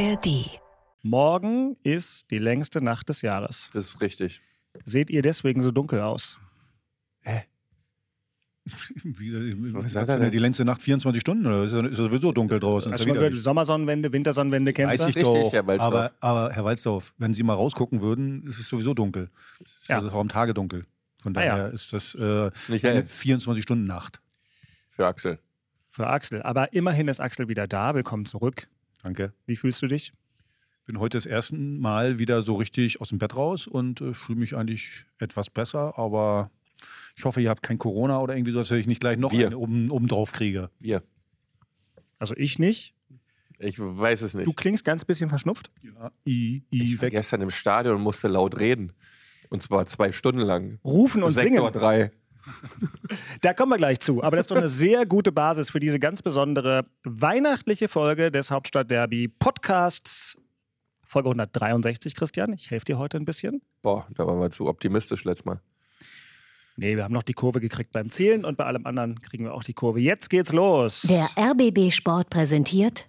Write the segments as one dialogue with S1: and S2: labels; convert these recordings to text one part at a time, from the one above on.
S1: ARD.
S2: Morgen ist die längste Nacht des Jahres.
S3: Das ist richtig.
S2: Seht ihr deswegen so dunkel aus?
S4: Was sagt denn die längste Nacht 24 Stunden? Oder ist es sowieso dunkel draußen?
S2: Hast du mal gehört, Sommersonnenwende, Wintersonnenwende, kennst
S4: Weiß
S2: du?
S4: ich
S3: Richtig,
S4: doch.
S3: Herr Walzdorf.
S4: Aber Herr Walzdorf, wenn Sie mal rausgucken würden, ist es sowieso dunkel. Es ist
S2: Ja.
S4: also auch am Tage dunkel. Von
S2: Ah, ja.
S4: daher ist das
S3: Nicht
S4: eine
S3: hell
S4: 24-Stunden-Nacht.
S3: für Axel.
S2: Für Axel. Aber immerhin ist Axel wieder da. Willkommen zurück.
S4: Danke.
S2: Wie fühlst du dich?
S4: Bin heute das erste Mal wieder so richtig aus dem Bett raus und fühle mich eigentlich etwas besser, aber ich hoffe, ihr habt kein Corona oder irgendwie so, dass ich nicht gleich noch
S3: Wir.
S4: eine oben drauf kriege.
S3: Wir.
S2: Also ich nicht.
S3: Ich weiß es
S2: Du
S3: nicht.
S2: klingst ganz bisschen verschnupft.
S4: Ja,
S3: Ich war
S4: weg.
S3: gestern im Stadion und musste laut reden. Und zwar 2 Stunden lang.
S2: Rufen und
S3: Sektor
S2: singen.
S3: 3.
S2: Da kommen wir gleich zu. Aber das ist doch eine sehr gute Basis für diese ganz besondere weihnachtliche Folge des Hauptstadtderby Podcasts. Folge 163, Christian. Ich helfe dir heute ein bisschen.
S3: Boah, da waren wir zu optimistisch letztes Mal.
S2: Nee, wir haben noch die Kurve gekriegt beim Zählen und bei allem anderen kriegen wir auch die Kurve. Jetzt geht's los.
S1: Der RBB Sport präsentiert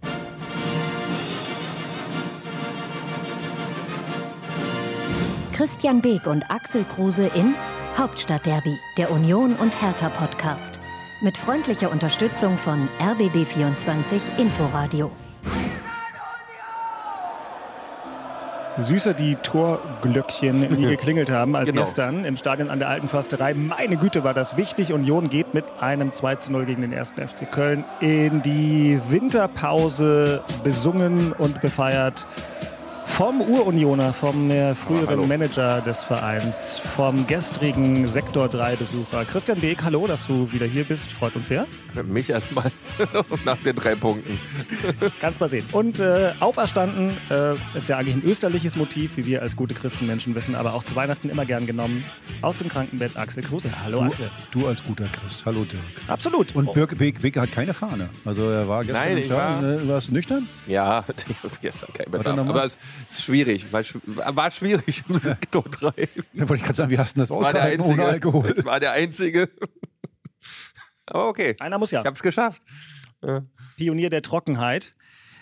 S1: Christian Beek und Axel Kruse in Hauptstadtderby, der Union und Hertha Podcast. Mit freundlicher Unterstützung von RBB24 Inforadio.
S2: Süßer die Torglöckchen, die geklingelt haben, als
S3: Genau.
S2: gestern im Stadion an der Alten Försterei. Meine Güte, war das wichtig. Union geht mit einem 2:0 gegen den 1. FC Köln in die Winterpause, besungen und befeiert. Vom Urunioner, vom früheren
S3: Hallo.
S2: Manager des Vereins, vom gestrigen Sektor 3-Besucher. Christian Beek, hallo, dass du wieder hier bist. Freut uns sehr.
S3: Mich erstmal nach den 3 Punkten.
S2: Kannst mal sehen. Und auferstanden ist ja eigentlich ein österliches Motiv, wie wir als gute Christenmenschen wissen, aber auch zu Weihnachten immer gern genommen. Aus dem Krankenbett Axel Kruse. Hallo Axel.
S4: Du als guter Christ. Hallo Dirk.
S2: Absolut.
S4: Und Beek hat keine Fahne. Also er war gestern
S3: Nein,
S4: im
S3: ich
S4: Stadion. Warst du nüchtern?
S3: Ja, ich habe gestern keinen
S4: Warte
S3: Bedarf.
S4: noch mal.
S3: Aber es ist schwierig. War schwierig im Sektor 3.
S4: Ja, wollte ich gerade sagen, wie hast du das
S3: Ich war der
S4: ausgehalten ohne
S3: Einzige.
S4: Alkohol?
S3: Ich war der Einzige. Aber okay.
S2: Einer muss ja.
S3: Ich habe es geschafft. Ja.
S2: Pionier der Trockenheit.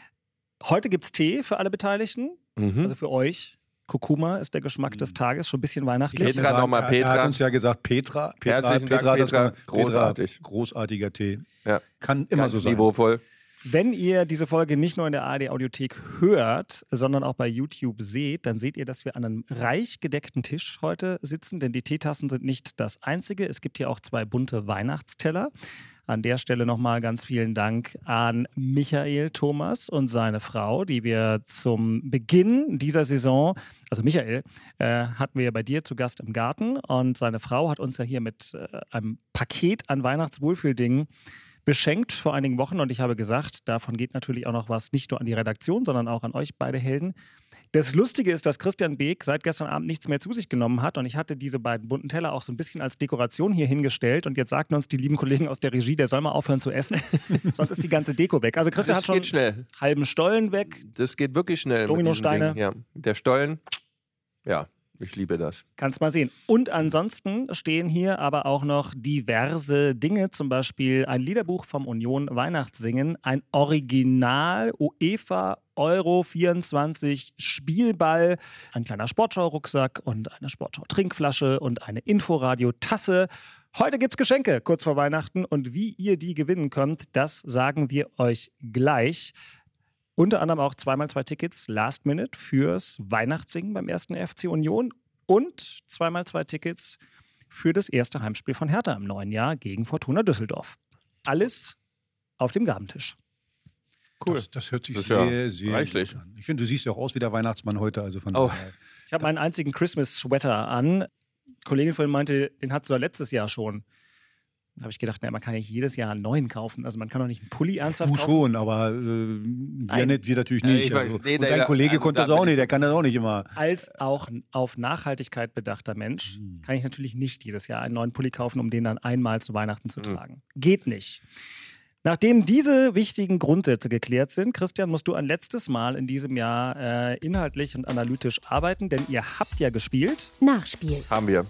S2: Heute gibt's Tee für alle Beteiligten, also für euch. Kurkuma ist der Geschmack des Tages, schon ein bisschen weihnachtlich.
S3: Petra, nochmal
S4: Er
S3: Petra.
S4: hat uns ja gesagt, Petra.
S3: Herzlichen Dank,
S4: hat das
S3: Petra.
S4: gemacht.
S3: Großartig.
S4: Großartiger Tee.
S3: Ja.
S4: Kann immer
S3: Ganz
S4: so sein.
S3: niveauvoll.
S2: Wenn ihr diese Folge nicht nur in der ARD-Audiothek hört, sondern auch bei YouTube seht, dann seht ihr, dass wir an einem reich gedeckten Tisch heute sitzen, denn die Teetassen sind nicht das Einzige. Es gibt hier auch 2 bunte Weihnachtsteller. An der Stelle nochmal ganz vielen Dank an Michael Thomas und seine Frau, die wir zum Beginn dieser Saison, also Michael, hatten wir bei dir zu Gast im Garten und seine Frau hat uns ja hier mit einem Paket an Weihnachtswohlfühldingen beschenkt vor einigen Wochen und ich habe gesagt, davon geht natürlich auch noch was nicht nur an die Redaktion, sondern auch an euch beide Helden. Das Lustige ist, dass Christian Beek seit gestern Abend nichts mehr zu sich genommen hat und ich hatte diese beiden bunten Teller auch so ein bisschen als Dekoration hier hingestellt und jetzt sagten uns die lieben Kollegen aus der Regie, der soll mal aufhören zu essen, sonst ist die ganze Deko weg. Also Christian
S3: Das
S2: hat schon
S3: geht schnell.
S2: halben Stollen weg,
S3: Das geht wirklich schnell. mit
S2: Dominosteine.
S3: diesem Ding. Ja. Der Stollen. Ja, ich liebe das.
S2: kannst mal sehen. Und ansonsten stehen hier aber auch noch diverse Dinge, zum Beispiel ein Liederbuch vom Union Weihnachtssingen, ein Original UEFA Euro 24 Spielball, ein kleiner Sportschau-Rucksack und eine Sportschau-Trinkflasche und eine Inforadio-Tasse. Heute gibt's Geschenke kurz vor Weihnachten und wie ihr die gewinnen könnt, das sagen wir euch gleich. Unter anderem auch 2x2 Tickets Last Minute fürs Weihnachtssingen beim 1. FC Union und 2x2 Tickets für das erste Heimspiel von Hertha im neuen Jahr gegen Fortuna Düsseldorf. Alles auf dem Gabentisch.
S3: Cool.
S4: Das hört sich
S3: Das ist ja
S4: sehr, sehr
S3: reichlich.
S4: gut an. Ich finde, du siehst ja auch aus wie der Weihnachtsmann heute. Also von
S3: Oh.
S4: daher.
S2: Ich habe meinen einzigen Christmas-Sweater an. Eine Kollegin von mir meinte, den hat sie doch letztes Jahr schon. Da habe ich gedacht, man kann nicht jedes Jahr einen neuen kaufen. Also man kann doch nicht einen Pulli ernsthaft
S4: Du
S2: kaufen.
S4: schon, aber wir natürlich nicht.
S3: ich weiß-
S4: Also,
S3: nee,
S4: und
S3: nee,
S4: dein Kollege
S3: also
S4: konnte das
S3: da
S4: auch
S3: bin
S4: nicht, der kann das auch nicht immer.
S2: Als auch auf Nachhaltigkeit bedachter Mensch kann ich natürlich nicht jedes Jahr einen neuen Pulli kaufen, um den dann einmal zu Weihnachten zu tragen. Geht nicht. Nachdem diese wichtigen Grundsätze geklärt sind, Christian, musst du ein letztes Mal in diesem Jahr inhaltlich und analytisch arbeiten, denn ihr habt ja gespielt.
S1: Nachspiel.
S3: Haben wir.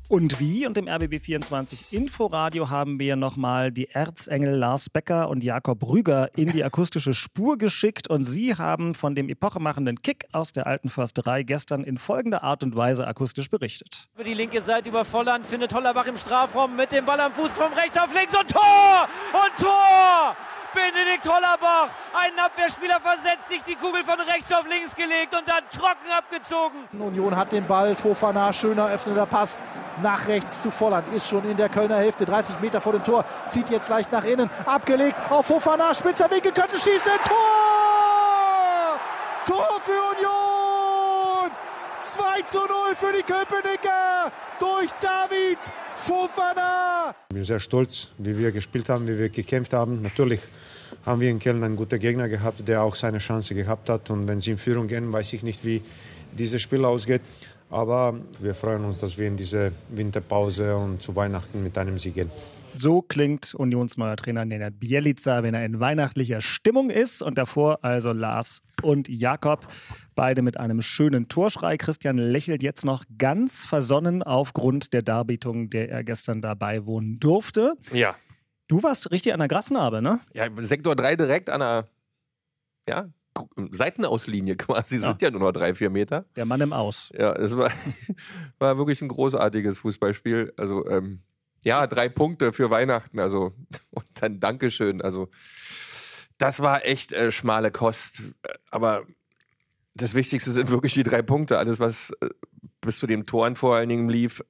S2: Und wie? Und im RBB24 Inforadio haben wir nochmal die Erzengel Lars Becker und Jakob Rüger in die akustische Spur geschickt und sie haben von dem epochemachenden Kick aus der alten Försterei gestern in folgender Art und Weise akustisch berichtet.
S5: Über die linke Seite über Volland findet Hollerbach im Strafraum mit dem Ball am Fuß vom rechts auf links und Tor! Und Tor! Benedikt Hollerbach, ein Abwehrspieler versetzt sich, die Kugel von rechts auf links gelegt und dann trocken abgezogen.
S6: Union hat den Ball, Fofana, schöner öffnender Pass nach rechts zu Volland, ist schon in der Kölner Hälfte, 30 Meter vor dem Tor, zieht jetzt leicht nach innen, abgelegt auf Fofana, spitzer Winkel, könnte schießen, Tor! Tor für Union! 2:0 für die Köpenicker durch David Fofana.
S7: Ich bin sehr stolz, wie wir gespielt haben, wie wir gekämpft haben. Natürlich haben wir in Köln einen guten Gegner gehabt, der auch seine Chance gehabt hat. Und wenn sie in Führung gehen, weiß ich nicht, wie dieses Spiel ausgeht. Aber wir freuen uns, dass wir in diese Winterpause und zu Weihnachten mit einem Sieg gehen.
S2: So klingt Unions neuer Trainer Nenad Bjelica, wenn er in weihnachtlicher Stimmung ist. Und davor also Lars und Jakob, beide mit einem schönen Torschrei. Christian lächelt jetzt noch ganz versonnen aufgrund der Darbietung, der er gestern dabei wohnen durfte.
S3: Ja.
S2: Du warst richtig an der Grasnarbe, ne?
S3: Ja, Sektor 3 direkt an der Seitenauslinie quasi. Sind ja nur noch 3-4 Meter.
S2: Der Mann im Aus.
S3: Ja, es war wirklich ein großartiges Fußballspiel. Also, 3 Punkte für Weihnachten. Also, und dann Dankeschön. Also, das war echt schmale Kost. Aber das Wichtigste sind wirklich die 3 Punkte. Alles, was bis zu den Toren vor allen Dingen lief.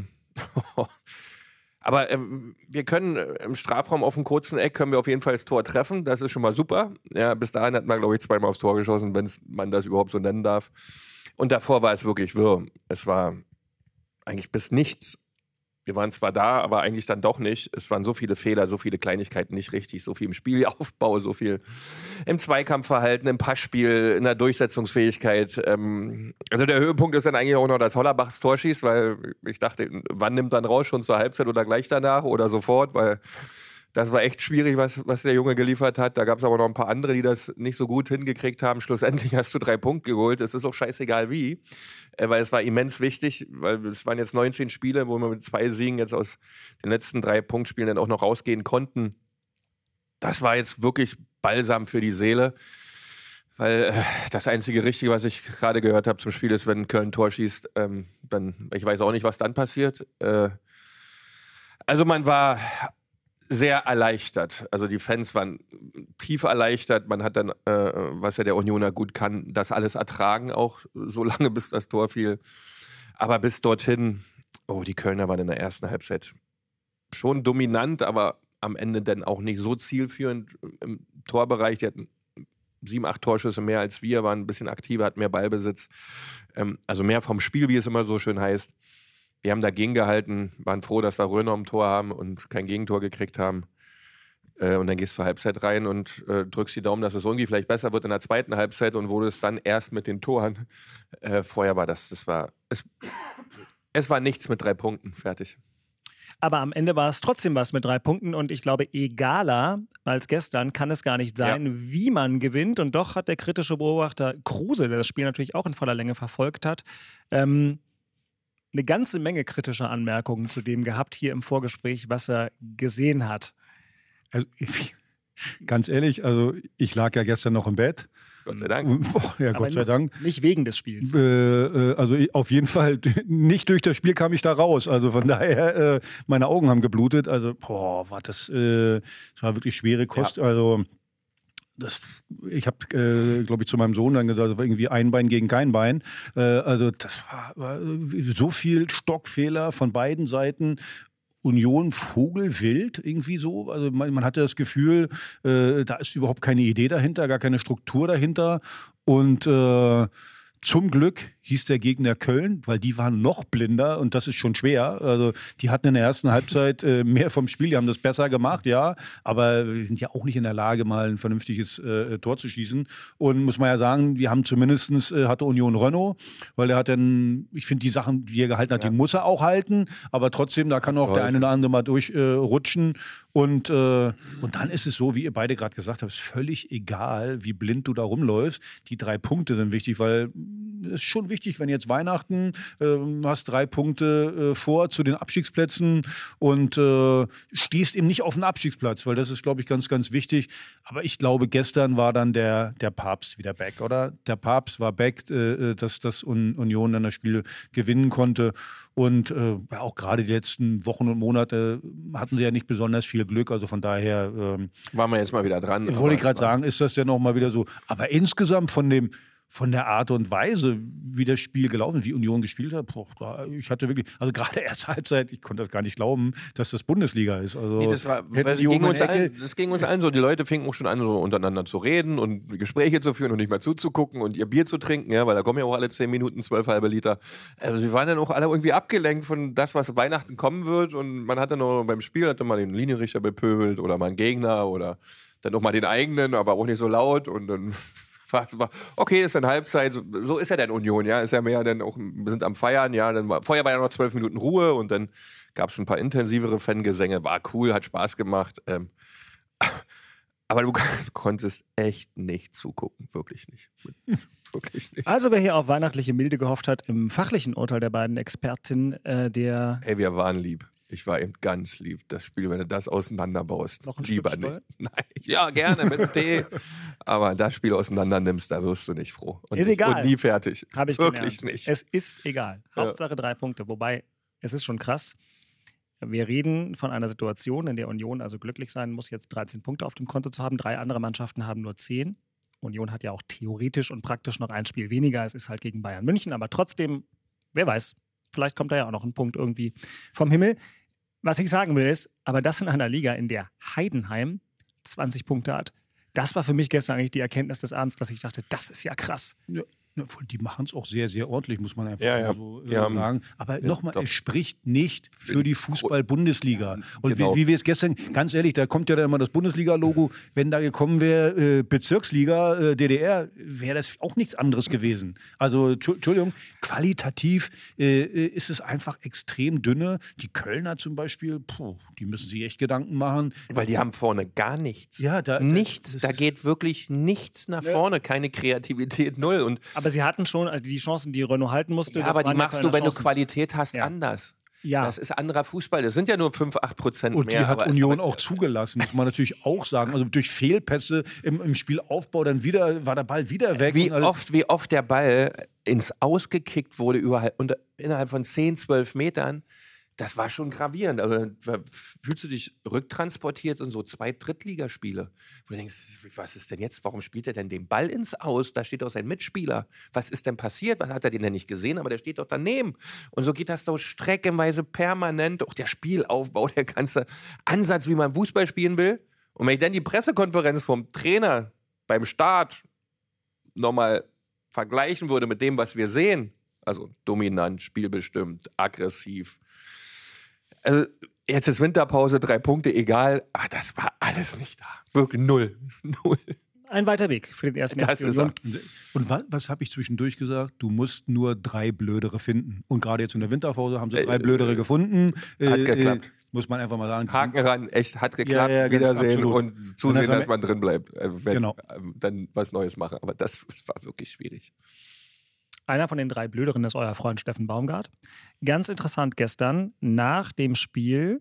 S3: Aber wir können im Strafraum auf dem kurzen Eck können wir auf jeden Fall das Tor treffen. Das ist schon mal super. Ja, bis dahin hat man, glaube ich, 2-mal aufs Tor geschossen, wenn man das überhaupt so nennen darf. Und davor war es wirklich wirr. Es war eigentlich bis nichts. Wir waren zwar da, aber eigentlich dann doch nicht. Es waren so viele Fehler, so viele Kleinigkeiten nicht richtig, so viel im Spielaufbau, so viel im Zweikampfverhalten, im Passspiel, in der Durchsetzungsfähigkeit. Also der Höhepunkt ist dann eigentlich auch noch, dass Hollerbachs Tor schießt, weil ich dachte, wann nimmt dann raus, schon zur Halbzeit oder gleich danach oder sofort, weil das war echt schwierig, was der Junge geliefert hat. Da gab es aber noch ein paar andere, die das nicht so gut hingekriegt haben. Schlussendlich hast du 3 Punkte geholt. Es ist auch scheißegal wie, weil es war immens wichtig, weil es waren jetzt 19 Spiele, wo wir mit 2 Siegen jetzt aus den letzten 3 Punktspielen dann auch noch rausgehen konnten. Das war jetzt wirklich Balsam für die Seele, weil das einzige Richtige, was ich gerade gehört habe zum Spiel ist, wenn Köln ein Tor schießt, dann, ich weiß auch nicht, was dann passiert. Also man war sehr erleichtert. Also die Fans waren tief erleichtert. Man hat dann, was ja der Unioner gut kann, das alles ertragen, auch so lange, bis das Tor fiel. Aber bis dorthin, die Kölner waren in der ersten Halbzeit schon dominant, aber am Ende dann auch nicht so zielführend im Torbereich. Die hatten 7, 8 Torschüsse mehr als wir, waren ein bisschen aktiver, hatten mehr Ballbesitz. Also mehr vom Spiel, wie es immer so schön heißt. Wir haben dagegen gehalten, waren froh, dass wir Röner im Tor haben und kein Gegentor gekriegt haben. Und dann gehst du zur Halbzeit rein und drückst die Daumen, dass es irgendwie vielleicht besser wird in der zweiten Halbzeit und wurde es dann erst mit den Toren. Vorher war es war nichts mit 3 Punkten, fertig.
S2: Aber am Ende war es trotzdem was mit 3 Punkten und ich glaube, egaler als gestern kann es gar nicht sein, wie man gewinnt. Und doch hat der kritische Beobachter Kruse, der das Spiel natürlich auch in voller Länge verfolgt hat, eine ganze Menge kritischer Anmerkungen zu dem gehabt hier im Vorgespräch, was er gesehen hat.
S4: Also, ganz ehrlich, also ich lag ja gestern noch im Bett.
S3: Gott sei Dank.
S4: Ja, Gott sei Dank.
S2: Nicht wegen des Spiels.
S4: Also auf jeden Fall nicht durch das Spiel kam ich da raus. Also von daher, meine Augen haben geblutet. Also, das war wirklich schwere Kost. Ja. Also ich habe, glaube ich, zu meinem Sohn dann gesagt, das war irgendwie ein Bein gegen kein Bein. Also das war so viel Stockfehler von beiden Seiten. Union vogelwild irgendwie so. Also man hatte das Gefühl, da ist überhaupt keine Idee dahinter, gar keine Struktur dahinter. Und zum Glück hieß der Gegner Köln, weil die waren noch blinder und das ist schon schwer. Also die hatten in der ersten Halbzeit mehr vom Spiel, die haben das besser gemacht, ja, aber wir sind ja auch nicht in der Lage, mal ein vernünftiges Tor zu schießen. Und muss man ja sagen, wir haben zumindest hatte Union Renault, weil er hat dann, ich finde die Sachen, die er gehalten hat, die muss er auch halten, aber trotzdem, da kann auch der eine oder andere mal durchrutschen. Und dann ist es so, wie ihr beide gerade gesagt habt, ist völlig egal, wie blind du da rumläufst. Die 3 Punkte sind wichtig, weil ist schon wichtig, wenn jetzt Weihnachten, hast 3 Punkte vor zu den Abstiegsplätzen und stehst eben nicht auf den Abstiegsplatz, weil das ist, glaube ich, ganz, ganz wichtig. Aber ich glaube, gestern war dann der Papst wieder back, oder? Der Papst war back, dass Union dann das Spiel gewinnen konnte. Und auch gerade die letzten Wochen und Monate hatten sie ja nicht besonders viel Glück. Also von daher
S3: waren wir jetzt mal wieder dran.
S4: Wollte ich gerade sagen, ist das ja nochmal wieder so. Aber insgesamt von der Art und Weise, wie das Spiel gelaufen ist, wie Union gespielt hat, ich hatte wirklich, also gerade erste Halbzeit, ich konnte das gar nicht glauben, dass das Bundesliga ist. Also
S3: das ging uns allen so. Die Leute fingen auch schon an, so untereinander zu reden und Gespräche zu führen und nicht mal zuzugucken und ihr Bier zu trinken, ja, weil da kommen ja auch alle 10 Minuten 12 halbe Liter. Also wir waren dann auch alle irgendwie abgelenkt von das, was Weihnachten kommen wird, und man hatte noch beim Spiel, mal den Linienrichter bepöbelt oder mal einen Gegner oder dann auch mal den eigenen, aber auch nicht so laut, und dann okay, ist dann Halbzeit, so ist ja dann Union, ja, ist ja mehr dann auch, wir sind am Feiern, ja, vorher war ja noch 12 Minuten Ruhe und dann gab es ein paar intensivere Fangesänge, war cool, hat Spaß gemacht, aber du konntest echt nicht zugucken, wirklich nicht. Wirklich nicht.
S2: Also wer hier auf weihnachtliche Milde gehofft hat, im fachlichen Urteil der beiden Expertinnen,
S3: wir waren lieb. Ich war eben ganz lieb. Das Spiel, wenn du das auseinanderbaust.
S2: Noch ein
S3: lieber
S2: Stück
S3: nicht. Nein, ja, gerne mit dem Tee. Aber das Spiel auseinander nimmst, da wirst du nicht froh. Und
S2: ist egal.
S3: Und nie fertig.
S2: Habe ich
S3: wirklich
S2: gelernt.
S3: nicht.
S2: Es ist egal. Hauptsache 3 Punkte. Wobei, es ist schon krass. Wir reden von einer Situation, in der Union also glücklich sein muss, jetzt 13 Punkte auf dem Konto zu haben. 3 andere Mannschaften haben nur 10. Union hat ja auch theoretisch und praktisch noch ein Spiel weniger. Es ist halt gegen Bayern München. Aber trotzdem, wer weiß, vielleicht kommt da ja auch noch ein Punkt irgendwie vom Himmel. Was ich sagen will ist, aber das in einer Liga, in der Heidenheim 20 Punkte hat, das war für mich gestern eigentlich die Erkenntnis des Abends, dass ich dachte, das ist ja krass.
S4: Ja, die machen es auch sehr, sehr ordentlich, muss man einfach so
S3: ja,
S4: sagen. Aber nochmal,
S3: doch.
S4: es spricht nicht für die Fußball-Bundesliga. Und
S3: genau.
S4: wie wir es gestern, ganz ehrlich, da kommt ja dann immer das Bundesliga-Logo. Wenn da gekommen wäre, Bezirksliga, DDR, wäre das auch nichts anderes gewesen. Also, Entschuldigung, qualitativ ist es einfach extrem dünne. Die Kölner zum Beispiel, die müssen sich echt Gedanken machen.
S3: Weil die haben vorne gar nichts.
S4: Ja,
S3: nichts. Da geht wirklich nichts nach vorne. Keine Kreativität, null. Und
S2: aber sie hatten schon die Chancen, die Renault halten musste.
S3: Ja, aber die machst du, wenn du Qualität hast, anders.
S2: Ja.
S3: Das ist anderer Fußball. Das sind ja nur 5-8% mehr.
S4: Und die hat Union auch zugelassen, muss man natürlich auch sagen. Also durch Fehlpässe im Spielaufbau dann wieder, war der Ball wieder weg.
S3: Wie oft der Ball ins Ausgekickt wurde innerhalb von 10-12 Metern. Das war schon gravierend. Also, dann fühlst du dich rücktransportiert in so 2 Drittligaspiele. Wo du denkst, was ist denn jetzt? Warum spielt er denn den Ball ins Aus? Da steht doch sein Mitspieler. Was ist denn passiert? Was hat er den denn nicht gesehen? Aber der steht doch daneben. Und so geht das so streckenweise permanent. Auch der Spielaufbau, der ganze Ansatz, wie man Fußball spielen will. Und wenn ich dann die Pressekonferenz vom Trainer beim Start nochmal vergleichen würde mit dem, was wir sehen, also dominant, spielbestimmt, aggressiv, also jetzt ist Winterpause, 3 Punkte, egal. Aber das war alles nicht da. Wirklich null.
S2: Ein weiter Weg für den ersten
S3: Das ist er.
S4: Und was habe ich zwischendurch gesagt? Du musst nur 3 Blödere finden. Und gerade jetzt in der Winterpause haben sie 3 Blödere gefunden.
S3: Hat geklappt.
S4: Muss man einfach mal sagen.
S3: Haken ran, echt, hat geklappt.
S4: Ja,
S3: Wiedersehen
S4: absolut.
S3: und zusehen, dass man drin bleibt.
S4: Genau.
S3: Dann was Neues machen. Aber das war wirklich schwierig.
S2: Einer von den 3 Blöderen ist euer Freund Steffen Baumgart. Ganz interessant gestern, nach dem Spiel,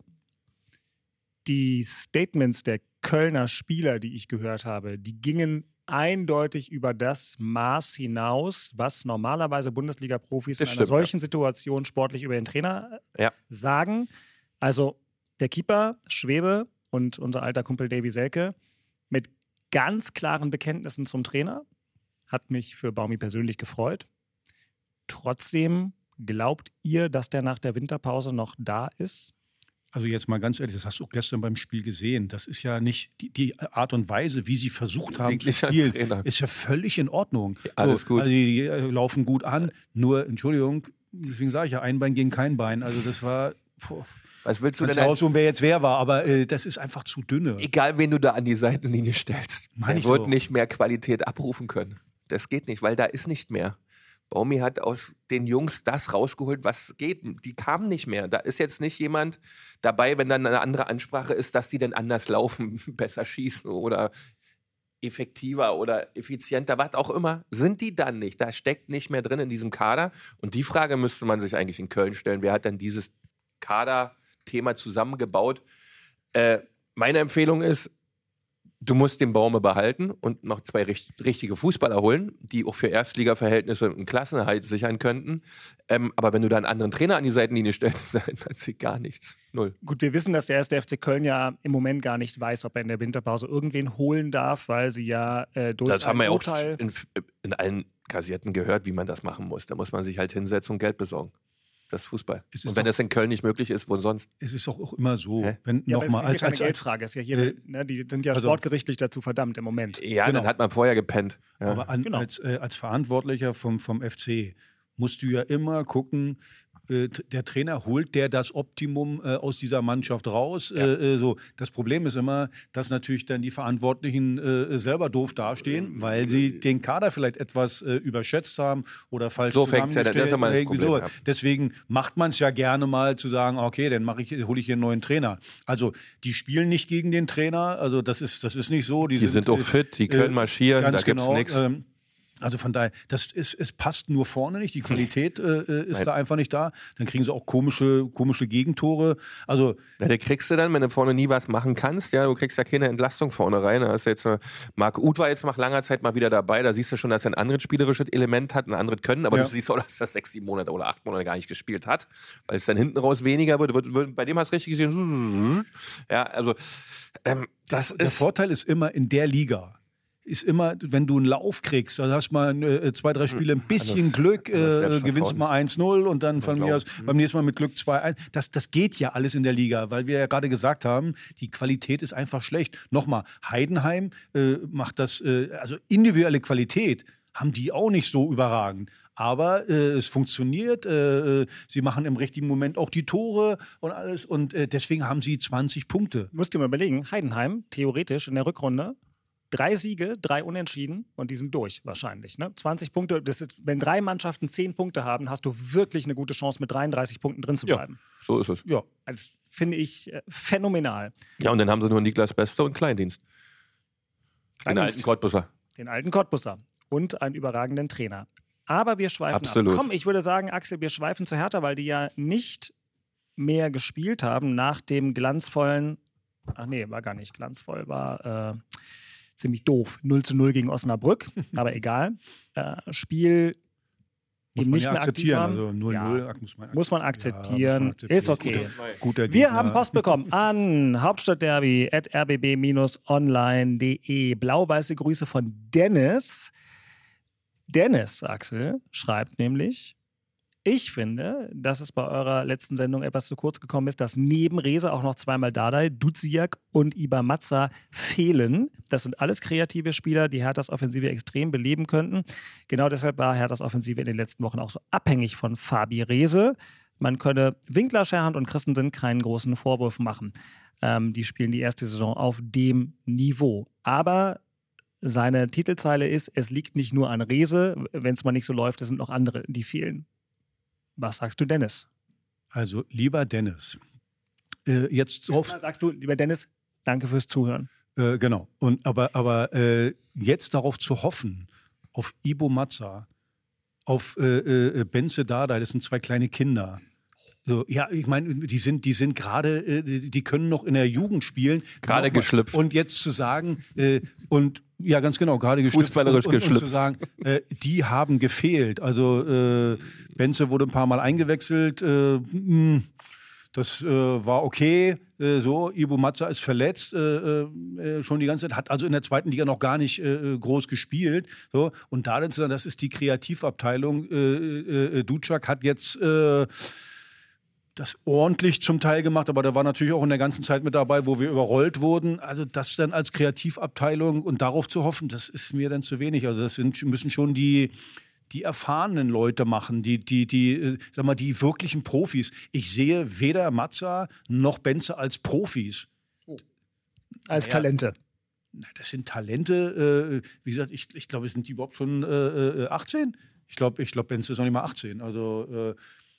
S2: die Statements der Kölner Spieler, die ich gehört habe, die gingen eindeutig über das Maß hinaus, was normalerweise Bundesliga-Profis in einer solchen Situation sportlich über den Trainer sagen. Also der Keeper, Schwebe und unser alter Kumpel Davy Selke mit ganz klaren Bekenntnissen zum Trainer. Hat mich für Baumi persönlich gefreut. Trotzdem, glaubt ihr, dass der nach der Winterpause noch da ist?
S4: Also jetzt mal ganz ehrlich, das hast du auch gestern beim Spiel gesehen. Das ist ja nicht die Art und Weise, wie sie versucht haben zu spielen, ist ja völlig in Ordnung.
S3: Ja, alles gut.
S4: Also die laufen gut an. Nur, Entschuldigung, deswegen sage ich ja, ein Bein gegen kein Bein. Also das war...
S3: Was willst du denn
S4: aussuchen, wer jetzt wer war, aber das ist einfach zu dünne.
S3: Egal, wen du da an die Seitenlinie stellst, der wird nicht mehr Qualität abrufen können. Das geht nicht, weil da ist nicht mehr. Baumi hat aus den Jungs das rausgeholt, was geht. Die kamen nicht mehr. Da ist jetzt nicht jemand dabei, wenn dann eine andere Ansprache ist, dass die dann anders laufen, besser schießen oder effektiver oder effizienter, was auch immer, sind die dann nicht. Da steckt nicht mehr drin in diesem Kader. Und die Frage müsste man sich eigentlich in Köln stellen. Wer hat denn dieses Kader-Thema zusammengebaut? Meine Empfehlung ist, du musst den Baume behalten und noch 2 richtige Fußballer holen, die auch für Erstliga-Verhältnisse einen Klassenerhalt sichern könnten. Aber wenn du da einen anderen Trainer an die Seitenlinie stellst, dann passiert gar nichts. 0.
S2: Gut, wir wissen, dass der 1. FC Köln ja im Moment gar nicht weiß, ob er in der Winterpause irgendwen holen darf, weil sie ja durch
S3: Das haben wir ja auch
S2: Urteil
S3: in allen Kassetten gehört, wie man das machen muss. Da muss man sich halt hinsetzen und Geld besorgen. Das ist Fußball. Und wenn das in Köln nicht möglich ist, wo sonst?
S4: Es ist auch immer so,
S3: Hä?
S4: wenn
S2: Ja,
S4: nochmal
S2: aber es ist ja keine Geldfrage. Es ist ja hier, die sind ja sportgerichtlich dazu verdammt im Moment.
S3: Ja,
S4: Genau.
S3: dann hat man vorher gepennt. Ja.
S4: Aber als Verantwortlicher vom FC musst du ja immer gucken, der Trainer holt der das Optimum aus dieser Mannschaft raus. So. Das Problem ist immer, dass natürlich dann die Verantwortlichen selber doof dastehen, weil sie den Kader vielleicht etwas überschätzt haben oder falsch
S3: So fängt's ja, das ist ja mal das Problem, ja.
S4: Deswegen macht man es ja gerne mal zu sagen, okay, dann hole ich hier einen neuen Trainer. Also die spielen nicht gegen den Trainer, also das ist nicht so.
S3: Die sind auch fit, die können marschieren,
S4: ganz
S3: da gibt's
S4: genau,
S3: nichts.
S4: Also von daher, es passt nur vorne nicht, die Qualität ist da einfach nicht da. Dann kriegen sie auch komische Gegentore. Also
S3: Ja, der kriegst du dann, wenn du vorne nie was machen kannst, ja, du kriegst ja keine Entlastung vorne rein. Da hast du jetzt Marc Uth war jetzt nach langer Zeit mal wieder dabei, da siehst du schon, dass er ein anderes spielerisches Element hat, ein anderes Können, aber du siehst auch, dass er 6, 7 Monate oder 8 Monate gar nicht gespielt hat, weil es dann hinten raus weniger wird. Bei dem hast du richtig gesehen, ja, also das
S4: der
S3: ist...
S4: Vorteil ist immer in der Liga. Ist immer, wenn du einen Lauf kriegst, dann hast du mal 2, 3 Spiele ein bisschen Glück, gewinnst mal 1-0 und dann von mir aus beim nächsten Mal mit Glück 2-1. Das geht ja alles in der Liga, weil wir ja gerade gesagt haben, die Qualität ist einfach schlecht. Nochmal, Heidenheim macht das, also individuelle Qualität haben die auch nicht so überragend. Aber es funktioniert, sie machen im richtigen Moment auch die Tore und alles und deswegen haben sie 20 Punkte.
S2: Musst dir mal überlegen, Heidenheim, theoretisch in der Rückrunde, 3 Siege, 3 Unentschieden und die sind durch wahrscheinlich. Ne? 20 Punkte, das ist, wenn 3 Mannschaften 10 Punkte haben, hast du wirklich eine gute Chance, mit 33 Punkten drin zu bleiben.
S3: Ja, so ist es.
S4: Ja.
S2: Also das finde ich phänomenal.
S3: Ja, und dann haben sie nur Niklas Beste und Kleindienst. Den alten Cottbusser.
S2: Den alten Cottbusser und einen überragenden Trainer. Aber wir schweifen
S3: Absolut.
S2: ab. Komm, ich würde sagen, Axel, wir schweifen zu Hertha, weil die ja nicht mehr gespielt haben nach dem glanzvollen, ach nee, war gar nicht glanzvoll, war ziemlich doof. 0:0 gegen Osnabrück, aber egal. Spiel
S4: Muss
S2: eben
S4: man
S2: nicht
S4: ja
S2: mehr aktiv
S4: akzeptieren.
S2: haben.
S4: Also 0-0
S2: Ja, muss man akzeptieren.
S4: akzeptieren.
S2: Ist okay.
S4: Guter
S2: Wir
S4: Gegner.
S2: haben Post bekommen an hauptstadtderby@rbb-online.de. Blau-weiße Grüße von Dennis. Dennis, Axel, schreibt nämlich: Ich finde, dass es bei eurer letzten Sendung etwas zu kurz gekommen ist, dass neben Reza auch noch zweimal Dardai, Duziak und Iba-Mazza fehlen. Das sind alles kreative Spieler, die Herthas Offensive extrem beleben könnten. Genau deshalb war Herthas Offensive in den letzten Wochen auch so abhängig von Fabi Rehse. Man könne Winkler, Scherhand und Christensen keinen großen Vorwurf machen. Die spielen die erste Saison auf dem Niveau. Aber seine Titelzeile ist: Es liegt nicht nur an Rehse, wenn es mal nicht so läuft, es sind noch andere, die fehlen. Was sagst du, Dennis?
S4: Also, lieber Dennis, jetzt drauf.
S2: Sagst du, lieber Dennis, danke fürs Zuhören.
S4: Genau. Aber jetzt darauf zu hoffen, auf Iba-Mazza, auf Benze Dardai, das sind 2 kleine Kinder. So, ja, ich meine, die sind gerade, die können noch in der Jugend spielen.
S3: Gerade geschlüpft.
S4: Und jetzt zu sagen, und ja, ganz genau, gerade geschlüpft.
S3: Fußballerisch geschlüpft.
S4: Und zu sagen, die haben gefehlt. Also Benze wurde ein paar Mal eingewechselt. Das war okay. So, Iba-Mazza ist verletzt schon die ganze Zeit, hat also in der 2. Liga noch gar nicht groß gespielt. So, und da dann zu sagen, das ist die Kreativabteilung. Duziak hat jetzt das ordentlich zum Teil gemacht, aber da war natürlich auch in der ganzen Zeit mit dabei, wo wir überrollt wurden. Also das dann als Kreativabteilung und darauf zu hoffen, das ist mir dann zu wenig. Also das müssen schon die erfahrenen Leute machen, die sag mal, die wirklichen Profis. Ich sehe weder Mazza noch Benze als Profis.
S2: Als Talente.
S4: Das sind Talente, wie gesagt, ich glaube, sind die überhaupt schon 18? Ich glaube, Benze ist noch nicht mal 18. Also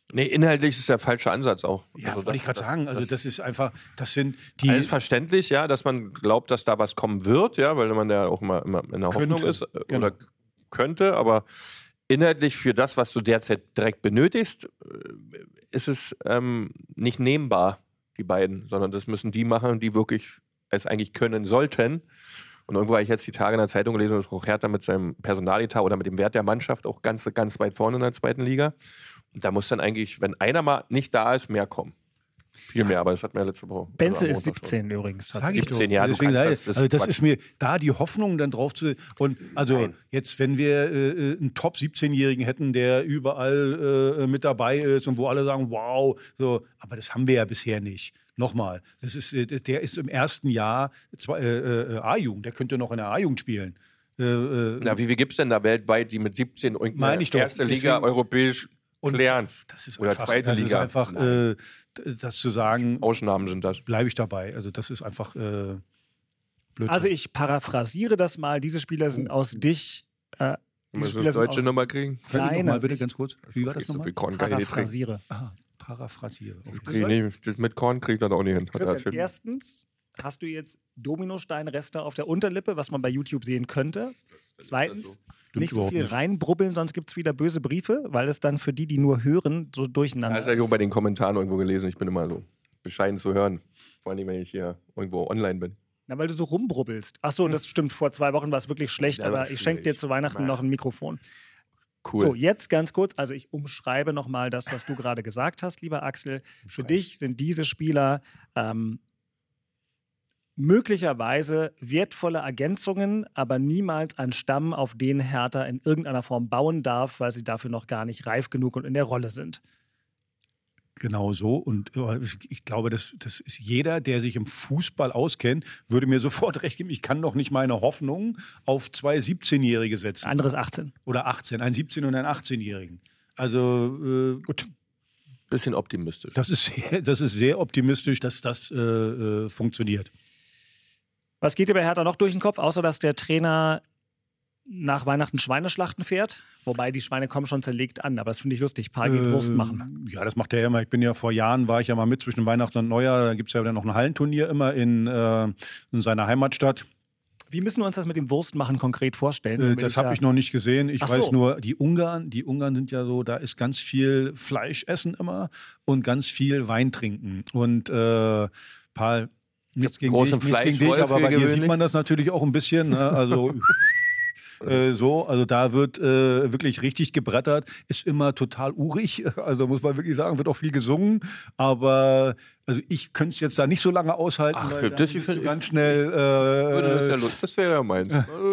S3: Nee, inhaltlich ist der falsche Ansatz auch.
S4: Ja,
S3: also
S4: wollte ich gerade sagen. Also das ist einfach, das sind die...
S3: Alles verständlich, ja, dass man glaubt, dass da was kommen wird, ja, weil man ja auch immer in der Hoffnung ist oder könnte, aber inhaltlich für das, was du derzeit direkt benötigst, ist es nicht nehmbar, die beiden, sondern das müssen die machen, die wirklich es eigentlich können sollten. Und irgendwo habe ich jetzt die Tage in der Zeitung gelesen, dass auch Hertha mit seinem Personaletat oder mit dem Wert der Mannschaft auch ganz weit vorne in der zweiten Liga. Und da muss dann eigentlich, wenn einer mal nicht da ist, mehr kommen. Viel mehr, aber das hat mir letzte Woche.
S2: Benze ist 17 übrigens.
S4: Sag ich
S3: 17
S4: doch.
S3: Jahre.
S4: Deswegen, das ist mir da die Hoffnung dann drauf zu. Und also jetzt, wenn wir einen Top 17-Jährigen hätten, der überall mit dabei ist und wo alle sagen, wow, so, aber das haben wir ja bisher nicht. Nochmal, der ist im ersten Jahr A-Jugend, der könnte noch in der A-Jugend spielen.
S3: Na, wie viel gibt es denn da weltweit, die mit 17 erste Liga europäisch klären?
S4: Das ist
S3: oder
S4: einfach,
S3: zweite
S4: das
S3: Liga.
S4: Ist einfach, das zu sagen.
S3: Ausnahmen sind das.
S4: Bleibe ich dabei. Also das ist einfach Blödsinn.
S2: Also ich paraphrasiere das mal. Diese Spieler sind aus dich.
S3: Müssen wir das Deutsche nochmal kriegen?
S2: Nein,
S4: mal bitte ganz kurz. Wie war das
S3: So
S4: nochmal?
S3: viel Korn kann ich nicht trinken.
S2: Paraphrasiere.
S4: Paraphrasiere.
S3: Das mit Korn kriege ich dann auch nicht hin.
S2: Christian, erstens hast du jetzt Dominosteinreste auf der Unterlippe, was man bei YouTube sehen könnte. Zweitens, nicht so viel reinbrubbeln, sonst gibt es wieder böse Briefe, weil es dann für die, die nur hören, so durcheinander
S3: ist. Das habe ich auch bei den Kommentaren irgendwo gelesen. Ich bin immer so bescheiden zu hören. Vor allem, wenn ich hier irgendwo online bin.
S2: Na, weil du so rumbrubbelst. Achso, das stimmt. Vor 2 Wochen war es wirklich schlecht, aber ich schenke dir zu Weihnachten noch ein Mikrofon.
S3: Cool.
S2: So, jetzt ganz kurz, also ich umschreibe nochmal das, was du gerade gesagt hast, lieber Axel. Für dich sind diese Spieler möglicherweise wertvolle Ergänzungen, aber niemals ein Stamm, auf den Hertha in irgendeiner Form bauen darf, weil sie dafür noch gar nicht reif genug und in der Rolle sind.
S4: Genau so. Und ich glaube, das ist jeder, der sich im Fußball auskennt, würde mir sofort recht geben. Ich kann doch nicht meine Hoffnung auf 2 17-Jährige setzen.
S2: Anderes 18.
S4: Oder 18. Ein 17- und ein 18-Jährigen. Also gut.
S3: Bisschen optimistisch.
S4: Das ist sehr optimistisch, dass das funktioniert.
S2: Was geht dir bei Hertha noch durch den Kopf, außer dass der Trainer nach Weihnachten Schweineschlachten fährt? Wobei, die Schweine kommen schon zerlegt an, aber das finde ich lustig. Paul geht Wurst machen.
S4: Ja, das macht er ja immer. Vor Jahren war ich ja mal mit zwischen Weihnachten und Neujahr. Da gibt es ja dann noch ein Hallenturnier immer in seiner Heimatstadt.
S2: Wie müssen wir uns das mit dem Wurstmachen konkret vorstellen?
S4: Das habe ich noch nicht gesehen. Ich weiß nur, die Ungarn sind ja so, da ist ganz viel Fleischessen immer und ganz viel Wein trinken. Und Paul, nichts gegen dich, aber bei dir sieht man das natürlich auch ein bisschen. Ne? Also also da wird wirklich richtig gebrettert, ist immer total urig, also muss man wirklich sagen, wird auch viel gesungen, aber also ich könnte es jetzt da nicht so lange aushalten, weil das ganz schnell
S3: das wäre ja meins.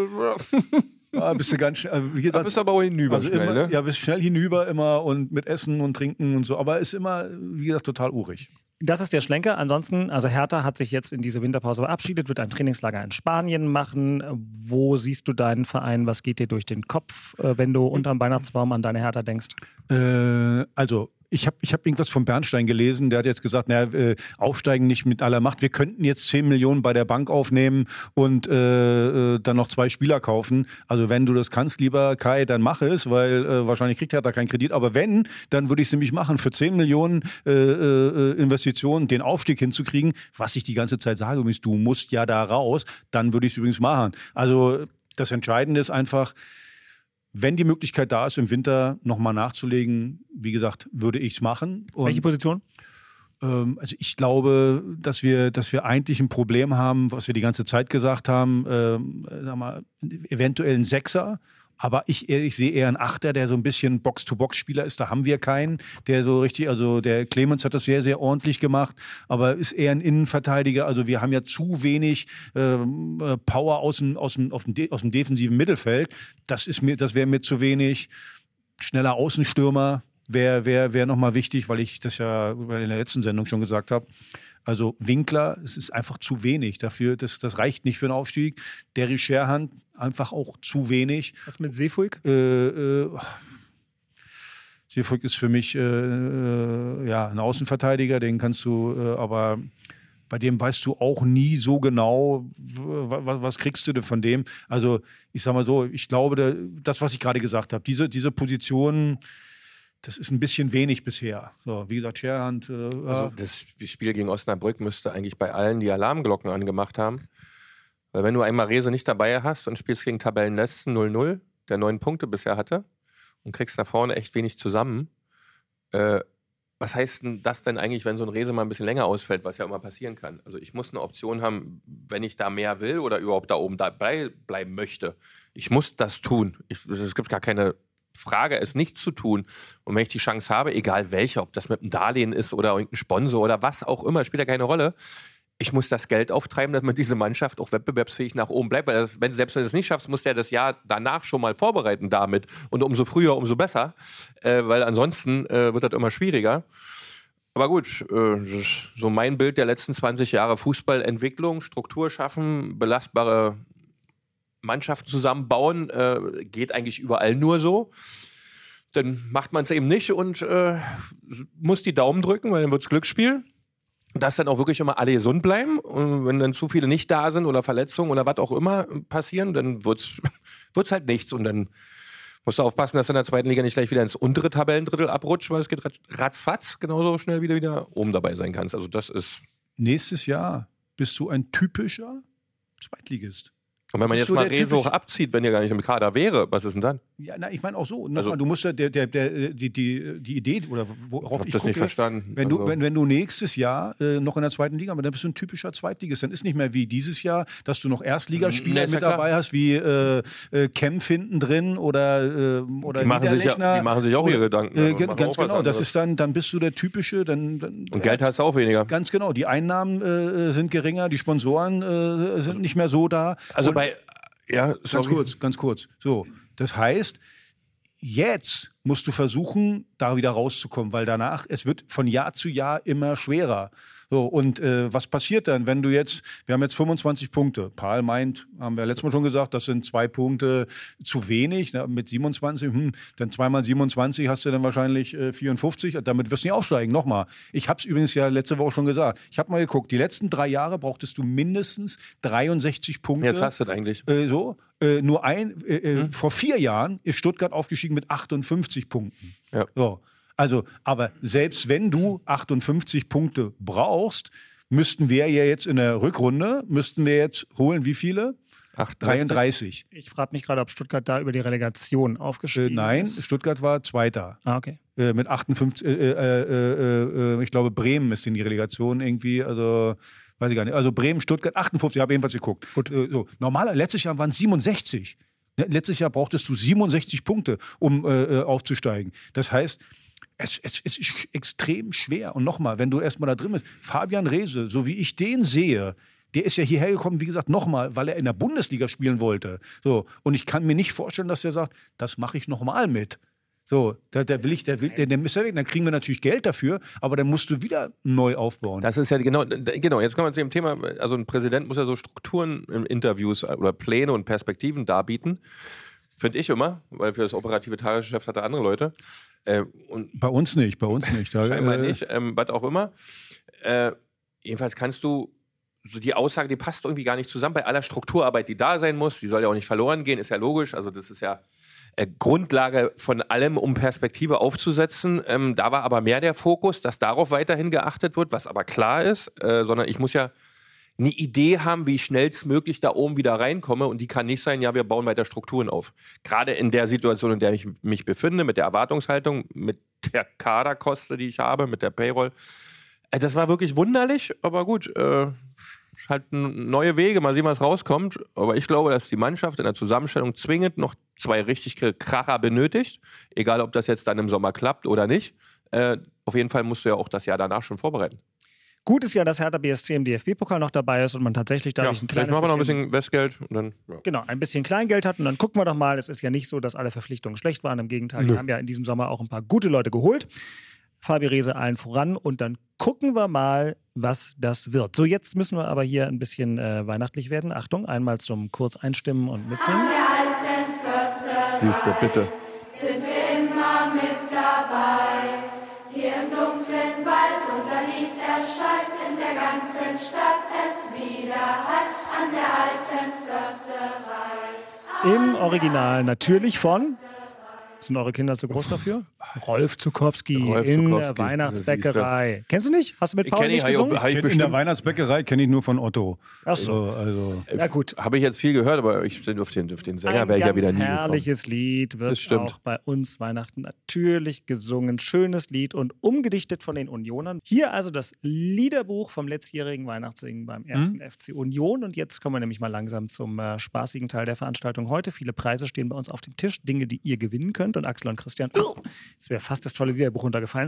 S4: Bist du ganz schnell, wie gesagt,
S3: bist aber auch hinüber
S4: also
S3: schnell,
S4: immer,
S3: ne?
S4: Ja, bist schnell hinüber immer und mit Essen und Trinken und so, aber ist immer, wie gesagt, total urig.
S2: Das ist der Schlenker. Ansonsten, also Hertha hat sich jetzt in diese Winterpause verabschiedet, wird ein Trainingslager in Spanien machen. Wo siehst du deinen Verein? Was geht dir durch den Kopf, wenn du unterm Weihnachtsbaum an deine Hertha denkst?
S4: Also ich hab irgendwas von Bernstein gelesen, der hat jetzt gesagt, aufsteigen nicht mit aller Macht. Wir könnten jetzt 10 Millionen bei der Bank aufnehmen und dann noch 2 Spieler kaufen. Also wenn du das kannst, lieber Kai, dann mach es, weil wahrscheinlich kriegt Hertha keinen Kredit. Aber wenn, dann würde ich es nämlich machen, für 10 Millionen Investitionen den Aufstieg hinzukriegen, was ich die ganze Zeit sage, übrigens, du musst ja da raus, dann würde ich es übrigens machen. Also das Entscheidende ist einfach, wenn die Möglichkeit da ist, im Winter nochmal nachzulegen, wie gesagt, würde ich es machen. Und,
S2: welche Position?
S4: Also ich glaube, dass wir eigentlich ein Problem haben, was wir die ganze Zeit gesagt haben, sag mal, eventuell ein Sechser. Aber ich sehe eher einen Achter, der so ein bisschen Box-to-Box-Spieler ist. Da haben wir keinen, der so richtig, also der Clemens hat das sehr, sehr ordentlich gemacht, aber ist eher ein Innenverteidiger. Also wir haben ja zu wenig Power aus dem defensiven Mittelfeld. Das wäre mir zu wenig. Schneller Außenstürmer wäre nochmal wichtig, weil ich das ja in der letzten Sendung schon gesagt habe. Also Winkler, es ist einfach zu wenig dafür, das reicht nicht für einen Aufstieg. Derry Scherhand, einfach auch zu wenig.
S2: Was mit Seefuig?
S4: Seefuig ist für mich ein Außenverteidiger, den kannst du, aber bei dem weißt du auch nie so genau, was kriegst du denn von dem. Also ich sag mal so, ich glaube, das, was ich gerade gesagt habe, diese Position, das ist ein bisschen wenig bisher. So, wie gesagt, Scherhand.
S3: Also das Spiel gegen Osnabrück müsste eigentlich bei allen die Alarmglocken angemacht haben. Weil wenn du einmal Rehse nicht dabei hast und spielst gegen Tabellenletzten 0-0, der 9 Punkte bisher hatte, und kriegst da vorne echt wenig zusammen, was heißt denn das denn eigentlich, wenn so ein Rehse mal ein bisschen länger ausfällt, was ja immer passieren kann? Also ich muss eine Option haben, wenn ich da mehr will oder überhaupt da oben dabei bleiben möchte. Ich muss das tun. Es gibt gar keine Frage, es nicht zu tun. Und wenn ich die Chance habe, egal welche, ob das mit einem Darlehen ist oder irgendein Sponsor oder was auch immer, spielt ja keine Rolle. Ich muss das Geld auftreiben, damit diese Mannschaft auch wettbewerbsfähig nach oben bleibt. Weil selbst wenn du es nicht schaffst, musst du ja das Jahr danach schon mal vorbereiten damit. Und umso früher, umso besser. Weil ansonsten wird das immer schwieriger. Aber gut, so mein Bild der letzten 20 Jahre Fußballentwicklung, Struktur schaffen, belastbare Mannschaften zusammenbauen, geht eigentlich überall nur so. Dann macht man es eben nicht und muss die Daumen drücken, weil dann wird es Glücksspiel. Dass dann auch wirklich immer alle gesund bleiben. Und wenn dann zu viele nicht da sind oder Verletzungen oder was auch immer passieren, dann wird's halt nichts. Und dann musst du aufpassen, dass du in der zweiten Liga nicht gleich wieder ins untere Tabellendrittel abrutscht, weil es geht ratzfatz genauso schnell wieder oben dabei sein kannst. Also das ist...
S4: Nächstes Jahr bist du ein typischer Zweitligist.
S3: Und wenn man jetzt mal Rehse hoch abzieht, wenn ihr gar nicht im Kader wäre, was ist denn dann?
S4: Ja, ich meine auch so. Also, du musst ja die Idee, oder worauf ich
S3: das
S4: gucke,
S3: nicht verstanden.
S4: Wenn du nächstes Jahr noch in der zweiten Liga, aber dann bist du ein typischer Zweitligist. Dann ist nicht mehr wie dieses Jahr, dass du noch Erstligaspieler mit dabei hast, wie Kempf hinten drin oder
S3: die machen sich auch ihre Gedanken.
S4: Ganz genau. Das ist dann bist du der typische. Und
S3: Geld hast du auch weniger.
S4: Ganz genau. Die Einnahmen sind geringer, die Sponsoren sind nicht mehr so da.
S3: Also
S4: ganz kurz. So, das heißt, jetzt musst du versuchen, da wieder rauszukommen, weil danach, es wird von Jahr zu Jahr immer schwerer. So, und was passiert dann, wenn wir haben jetzt 25 Punkte. Paul meint, haben wir letztes Mal schon gesagt, das sind 2 Punkte zu wenig. Mit 27, dann 2 mal 27 hast du dann wahrscheinlich 54. Damit wirst du nicht aufsteigen. Nochmal. Ich habe es übrigens ja letzte Woche schon gesagt. Ich habe mal geguckt, die letzten 3 Jahre brauchtest du mindestens 63 Punkte.
S3: Jetzt hast du das eigentlich.
S4: Vor 4 Jahren ist Stuttgart aufgestiegen mit 58 Punkten.
S3: Ja.
S4: So. Also, aber selbst wenn du 58 Punkte brauchst, müssten wir ja jetzt in der Rückrunde, holen wie viele? 33.
S2: Ich frage mich gerade, ob Stuttgart da über die Relegation aufgestiegen ist.
S4: Nein, Stuttgart war Zweiter.
S2: Okay.
S4: Mit 58, ich glaube Bremen ist in die Relegation irgendwie, also weiß ich gar nicht. Also Bremen, Stuttgart, 58, ich habe jedenfalls geguckt.
S2: Gut.
S4: Letztes Jahr waren es 67. Letztes Jahr brauchtest du 67 Punkte, um aufzusteigen. Das heißt, es ist extrem schwer. Und nochmal, wenn du erstmal da drin bist, Fabian Rehse, so wie ich den sehe, der ist ja hierher gekommen, wie gesagt, nochmal, weil er in der Bundesliga spielen wollte. So, und ich kann mir nicht vorstellen, dass der sagt, das mache ich nochmal mit. So, der ist ja weg. Dann kriegen wir natürlich Geld dafür, aber dann musst du wieder neu aufbauen.
S3: Das ist ja genau, jetzt kommen wir zu dem Thema, also ein Präsident muss ja so Strukturen in Interviews oder Pläne und Perspektiven darbieten. Finde ich immer, weil für das operative Tagesgeschäft hat er andere Leute. Und
S4: bei uns nicht.
S3: Scheinbar nicht, was auch immer. Jedenfalls kannst du, so die Aussage, die passt irgendwie gar nicht zusammen bei aller Strukturarbeit, die da sein muss. Die soll ja auch nicht verloren gehen, ist ja logisch. Also das ist ja Grundlage von allem, um Perspektive aufzusetzen. Da war aber mehr der Fokus, dass darauf weiterhin geachtet wird, was aber klar ist, sondern ich muss ja eine Idee haben, wie ich schnellstmöglich da oben wieder reinkomme, und die kann nicht sein, ja, wir bauen weiter Strukturen auf. Gerade in der Situation, in der ich mich befinde, mit der Erwartungshaltung, mit der Kaderkoste, die ich habe, mit der Payroll. Das war wirklich wunderlich, aber gut, halt neue Wege, mal sehen, was rauskommt. Aber ich glaube, dass die Mannschaft in der Zusammenstellung zwingend noch 2 richtig Kracher benötigt, egal ob das jetzt dann im Sommer klappt oder nicht. Auf jeden Fall musst du ja auch das Jahr danach schon vorbereiten.
S2: Gut ist ja, dass Hertha BSC im DFB-Pokal noch dabei ist und man tatsächlich dadurch ein kleines
S3: machen wir noch ein bisschen Westgeld und dann. Ja.
S2: Genau, ein bisschen Kleingeld hat, und dann gucken wir doch mal. Es ist ja nicht so, dass alle Verpflichtungen schlecht waren. Im Gegenteil, wir haben ja in diesem Sommer auch ein paar gute Leute geholt. Fabi Rehse allen voran, und dann gucken wir mal, was das wird. So, jetzt müssen wir aber hier ein bisschen weihnachtlich werden. Achtung, einmal zum Kurzeinstimmen und mitsingen.
S8: An der alten Förster.
S3: Siehst du, bitte.
S8: Sind wir immer mit dabei. Hier im dunklen Wald unser Lied erscheint, in der ganzen Stadt es widerhallt, an der alten Försterei.
S2: Im Original natürlich von... Sind eure Kinder zu groß dafür? Rolf Zukowski in der Weihnachtsbäckerei. Kennst du nicht? Hast du mit Paul nicht gesungen?
S4: In der Weihnachtsbäckerei kenne ich nur von Otto.
S2: Ach so. Ja, gut.
S3: Habe ich jetzt viel gehört, aber auf den Sänger wäre ich ja wieder nie gekommen.
S2: Ein herrliches Lied wird auch bei uns Weihnachten natürlich gesungen. Schönes Lied und umgedichtet von den Unionern. Hier also das Liederbuch vom letztjährigen Weihnachtssingen beim 1. FC Union. Und jetzt kommen wir nämlich mal langsam zum spaßigen Teil der Veranstaltung heute. Viele Preise stehen bei uns auf dem Tisch. Dinge, die ihr gewinnen könnt. Und Axel und Christian, es wäre fast das tolle Liederbuch runtergefallen,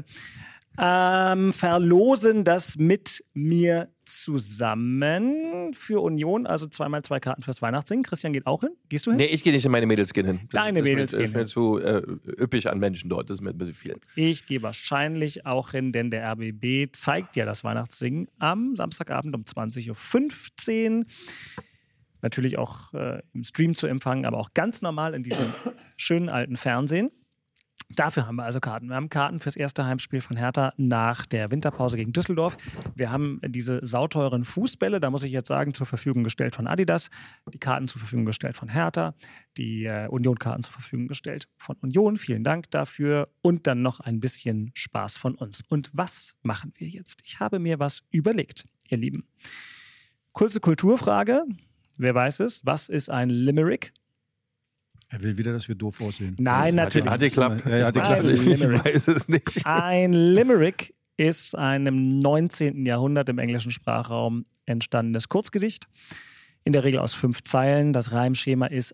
S2: verlosen das mit mir zusammen für Union, also 2x2 Karten fürs Weihnachtssingen. Christian geht auch hin. Gehst du hin?
S3: Nee, ich gehe nicht hin, meine Mädels gehen hin.
S2: Deine Mädels gehen hin.
S3: Das ist mir zu üppig an Menschen dort, das ist mir ein bisschen viel.
S2: Ich gehe wahrscheinlich auch hin, denn der RBB zeigt ja das Weihnachtssingen am Samstagabend um 20.15 Uhr. Natürlich auch im Stream zu empfangen, aber auch ganz normal in diesem schönen alten Fernsehen. Dafür haben wir also Karten. Wir haben Karten fürs erste Heimspiel von Hertha nach der Winterpause gegen Düsseldorf. Wir haben diese sauteuren Fußbälle, da muss ich jetzt sagen, zur Verfügung gestellt von Adidas. Die Karten zur Verfügung gestellt von Hertha. Die Union-Karten zur Verfügung gestellt von Union. Vielen Dank dafür. Und dann noch ein bisschen Spaß von uns. Und was machen wir jetzt? Ich habe mir was überlegt, ihr Lieben. Kurze Kulturfrage. Wer weiß es? Was ist ein Limerick?
S4: Er will wieder, dass wir doof aussehen.
S2: Nein, natürlich.
S3: Hat geklappt.
S4: Ja,
S3: Ich weiß es nicht.
S2: Ein Limerick ist ein im 19. Jahrhundert im englischen Sprachraum entstandenes Kurzgedicht. In der Regel aus 5 Zeilen. Das Reimschema ist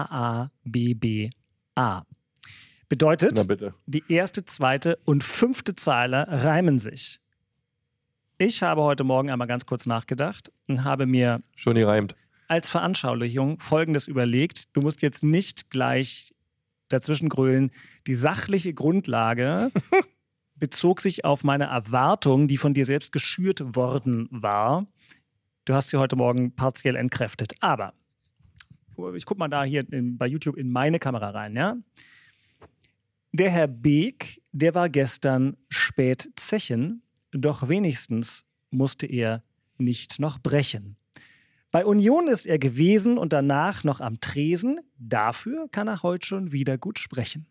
S2: A-A-B-B-A. Bedeutet, die erste, zweite und 5. Zeile reimen sich. Ich habe heute Morgen einmal ganz kurz nachgedacht und habe mir
S3: schon gereimt.
S2: Als Veranschaulichung Folgendes überlegt. Du musst jetzt nicht gleich dazwischen grölen. Die sachliche Grundlage bezog sich auf meine Erwartung, die von dir selbst geschürt worden war. Du hast sie heute Morgen partiell entkräftet. Aber ich gucke mal da hier bei YouTube in meine Kamera rein. Ja? Der Herr Beek, der war gestern spät zechen, doch wenigstens musste er nicht noch brechen. Bei Union ist er gewesen und danach noch am Tresen. Dafür kann er heute schon wieder gut sprechen.